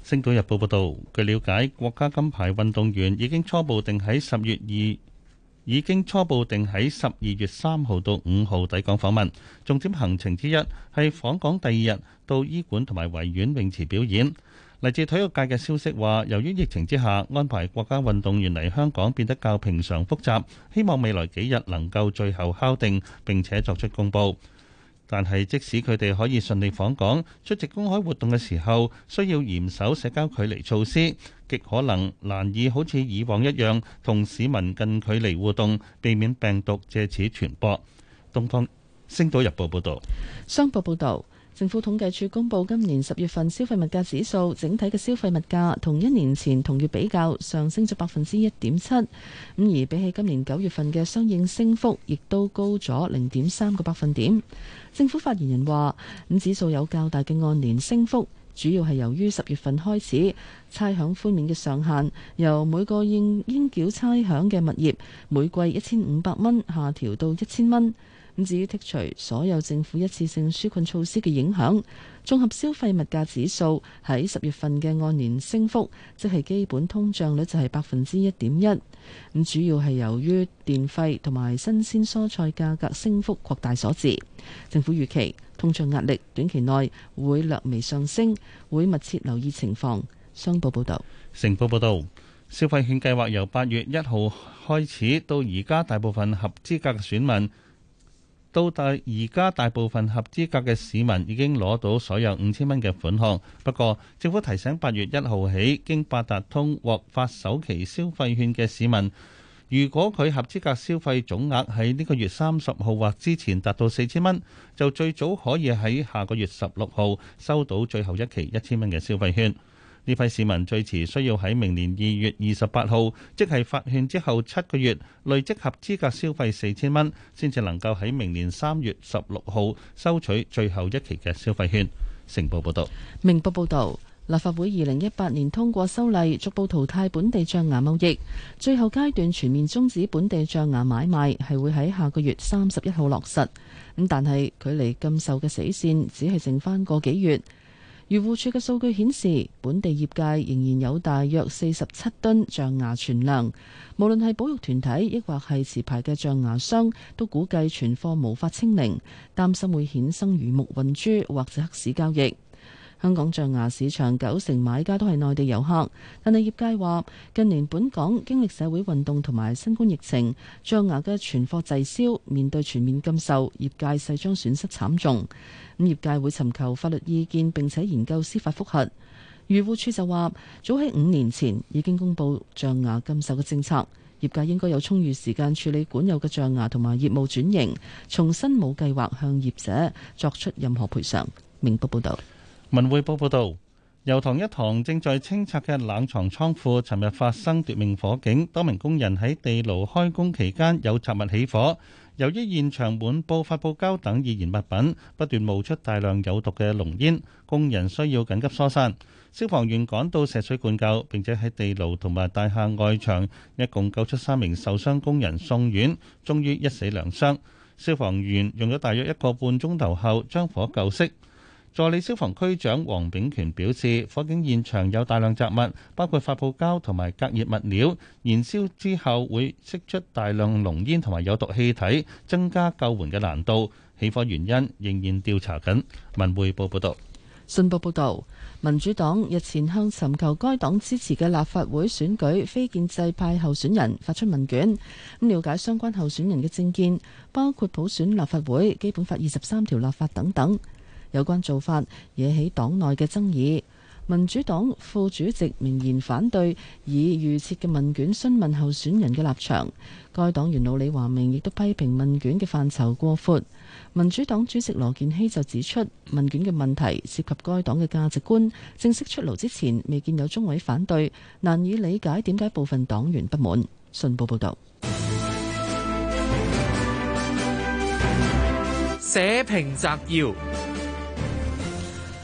星島日報報導，據了解，國家金牌運動員已經初步定喺十月二，已經初步定喺十二月三號到五號抵港訪問。重點行程之一係訪港第二日到伊館同埋維園泳池表演。嚟自體育界嘅消息話，由於疫情之下，安排國家運動員嚟香港變得較平常複雜，希望未來幾日能夠最後敲定並且作出公佈。但係，即使佢哋可以順利訪港，出席公開活動嘅時候，需要嚴守社交距離措施，極可能難以好似以往一樣同市民近距離互動，避免病毒藉此傳播。東方星島日報報導。 商報報導。政府統計處公布今年十月份消費物價指數，整體嘅消費物價同一年前同月比較上升咗百分之一點七，咁而比起今年九月份嘅相應升幅，亦都高咗零點三個百分點。政府發言人話：咁指數有較大嘅按年升幅，主要係由於十月份開始差餉寬免嘅上限由每個應應繳差餉嘅物業每季一千五百蚊下調到一千蚊。咁至於剔除所有政府一次性紓困措施嘅影響，綜合消費物價指數喺十月份嘅按年升幅，即係基本通脹率就係百分之一點一。咁主要係由於電費同埋新鮮蔬菜價格升幅擴大所致。政府預期通脹壓力短期內會略微上升，會密切留意情況。商報報導。 成報報導，消費券計劃由八月一號開始到而家，大部分合資格嘅選民到大而家大部分合資格嘅市民已經攞到所有五千蚊嘅款項。不過，政府提醒八月一號起經八達通獲發首期消費券嘅市民，如果佢合資格消費總額喺呢個月三十號或之前達到四千蚊，就最早可以喺下個月十六號收到最後一期一千蚊嘅消費券。呢批市民最遲需要喺明年二月二十八號，即係發券之後七個月，累積合資格消費四千蚊，先至能夠喺明年三月十六號收取最後一期嘅消費券。成報報道。 明報報導，立法會二零一八年通過修例，逐步淘汰本地象牙貿易，最後階段全面終止本地象牙買賣，係會喺下個月三十一號落實。咁但係距離禁售嘅死線只係剩翻個幾月。漁護署嘅數據顯示，本地業界仍然有大約四十七噸象牙存量，無論係保育團體，抑或係持牌嘅象牙商，都估計存貨無法清零，擔心會衍生魚目混珠或者黑市交易。香港象牙市場九成買家都係內地遊客，但係業界話近年本港經歷社會運動同埋新冠疫情，象牙嘅存貨滯銷，面對全面禁售，業界勢將損失慘重。咁業界會尋求法律意見，並且研究司法覆核。漁護署就話，早喺五年前已經公布象牙禁售嘅政策，業界應該有充裕時間處理管有嘅象牙同埋業務轉型，重新冇計劃向業者作出任何賠償。明報報道。 文匯報報道，油塘一幢正在清拆嘅冷藏倉庫，尋日發生奪命火警，多名工人喺地牢開工期間有雜物起火。由於現場滿布發泡膠等易燃物品，不斷冒出大量有毒嘅濃煙，工人需要緊急疏散。消防員趕到射水灌救，並且喺地牢同埋大廈外牆一共救出三名受傷工人送院，終於一死兩傷。消防員用咗大約一個半鐘頭後將火救熄。助理消防區長黃炳權表示，火警現場有大量雜物，包括發泡膠同埋隔熱物料，燃燒之後會釋出大量濃煙同埋有毒氣體，增加救援嘅難度。起火原因仍然調查緊。文匯報報道。 信報報導，民主黨日前向尋求該黨支持嘅立法會選舉非建制派候選人發出問卷，咁了解相關候選人嘅政見，包括普選立法會、基本法二十三條立法等等。有關做法惹起黨內嘅爭議，民主黨副主席明言反對以預設嘅問卷詢問候選人嘅立場。該黨元老李華明亦都批評問卷嘅範疇過闊。民主黨主席羅健熙就指出，問卷嘅問題涉及該黨嘅價值觀，正式出爐之前未見有中委反對，難以理解點解部分黨員不滿。信報報道。 社評摘要。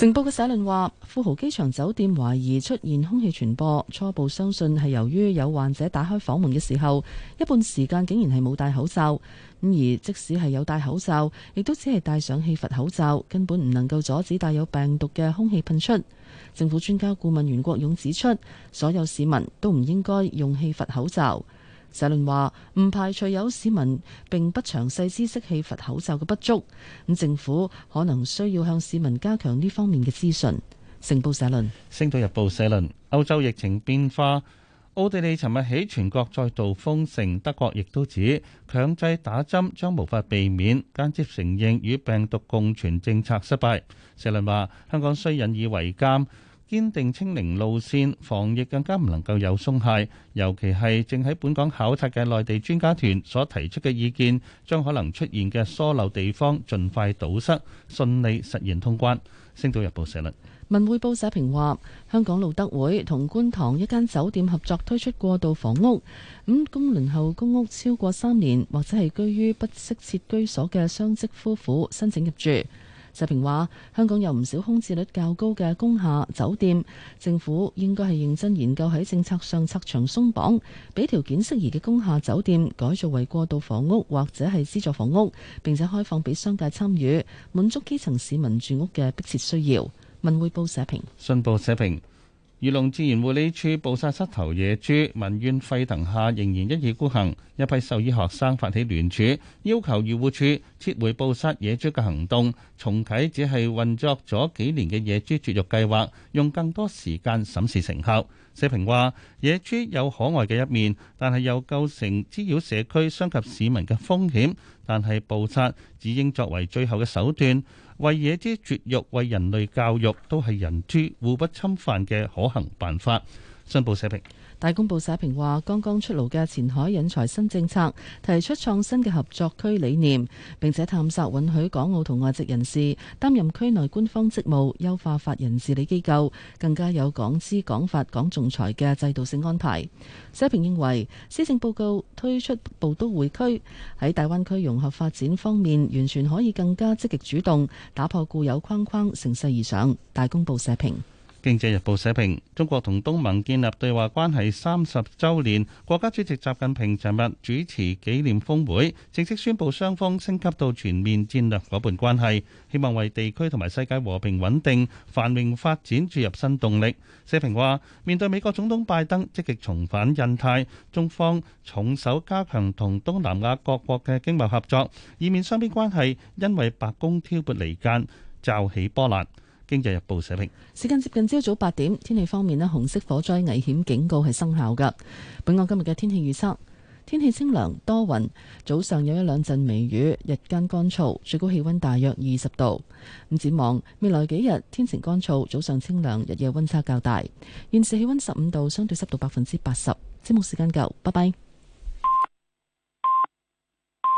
成報嘅社論話，富豪機場酒店懷疑出現空氣傳播，初步相信係由於有患者打開房門嘅時候，一半時間竟然係冇戴口罩。咁而即使係有戴口罩，亦都只係戴上氣閥口罩，根本唔能夠阻止帶有病毒嘅空氣噴出。政府專家顧問袁國勇指出，所有市民都唔應該用氣閥口罩。社論話唔排除有市民並不詳細知識氣閥口罩嘅不足，咁政府可能需要向市民加強呢方面嘅資訊。成報社論。 星島日報社論，歐洲疫情變化，奧地利尋日起全國再度封城，德國亦都指強制打針將無法避免，間接承認與病毒共存政策失敗。社論話香港需引以為鑑，堅定清零路線，防疫更加唔能夠有鬆懈，尤其係正喺本港考察嘅內地專家團所提出嘅意見，將可能出現嘅疏漏地方盡快堵塞，順利實現通關。星島日報社論。 文匯報社評話，香港路德會同觀塘一間酒店合作推出過渡房屋，咁供輪候公屋超過三年或者係居於不適切居所嘅雙職夫婦申請入住。社評話，香港有唔少空置率較高嘅工廈酒店，政府應該係認真研究喺政策上拆牆鬆綁，俾條件適宜嘅工廈酒店改造為過渡房屋或者係資助房屋，並且開放俾商界參與，滿足基層市民住屋嘅迫切需要。文匯報社評。 信報社評，漁農自然護理署捕殺膝頭野豬，民怨沸騰下仍然一意孤行。一批獸醫學生發起聯署，要求漁護署撤回捕殺野豬嘅行動，重啟只係運作咗幾年嘅野豬絕育計劃，用更多時間審視成效。社評話，野豬有可愛嘅一面，但係又構成滋擾社區、傷及市民嘅風險。但係捕殺只應作為最後嘅手段。為野豬絕育、為人類教育，都係人豬互不侵犯嘅可行辦法。信報社評。 大公報社評話，剛剛出爐嘅前海引才新政策提出創新嘅合作區理念，並且探索允許港澳同外籍人士擔任區內官方職務，優化法人治理機構，更加有港資港法港仲裁嘅制度性安排。社評認為，施政報告推出部都會區喺大灣區融合發展方面，完全可以更加積極主動，打破固有框框，乘勢而上。大公報社評。 經濟日報社評，中國同東盟建立對話關係三十週年，國家主席習近平尋日主持紀念峰會，正式宣布雙方升級到全面戰略夥伴關係，希望為地區同埋世界和平穩定繁榮發展注入新動力。社評話，面對美國總統拜登積極重返印太，中方重手加強同東南亞各國嘅經貿合作，以免雙邊關係因為白宮挑撥離間驟起波瀾。經濟日報社評。 時間接近朝早八點，天氣方面咧，紅色火災危險警告係生效㗎。本港今日嘅天氣預測，天氣清涼多雲，早上有一兩陣微雨，日間乾燥，最高氣溫大約二十度。咁展望未來幾日，天晴乾燥，早上清涼，日夜溫差較大。現時氣溫十五度，相對濕度百分之八十。節目時間夠，拜拜。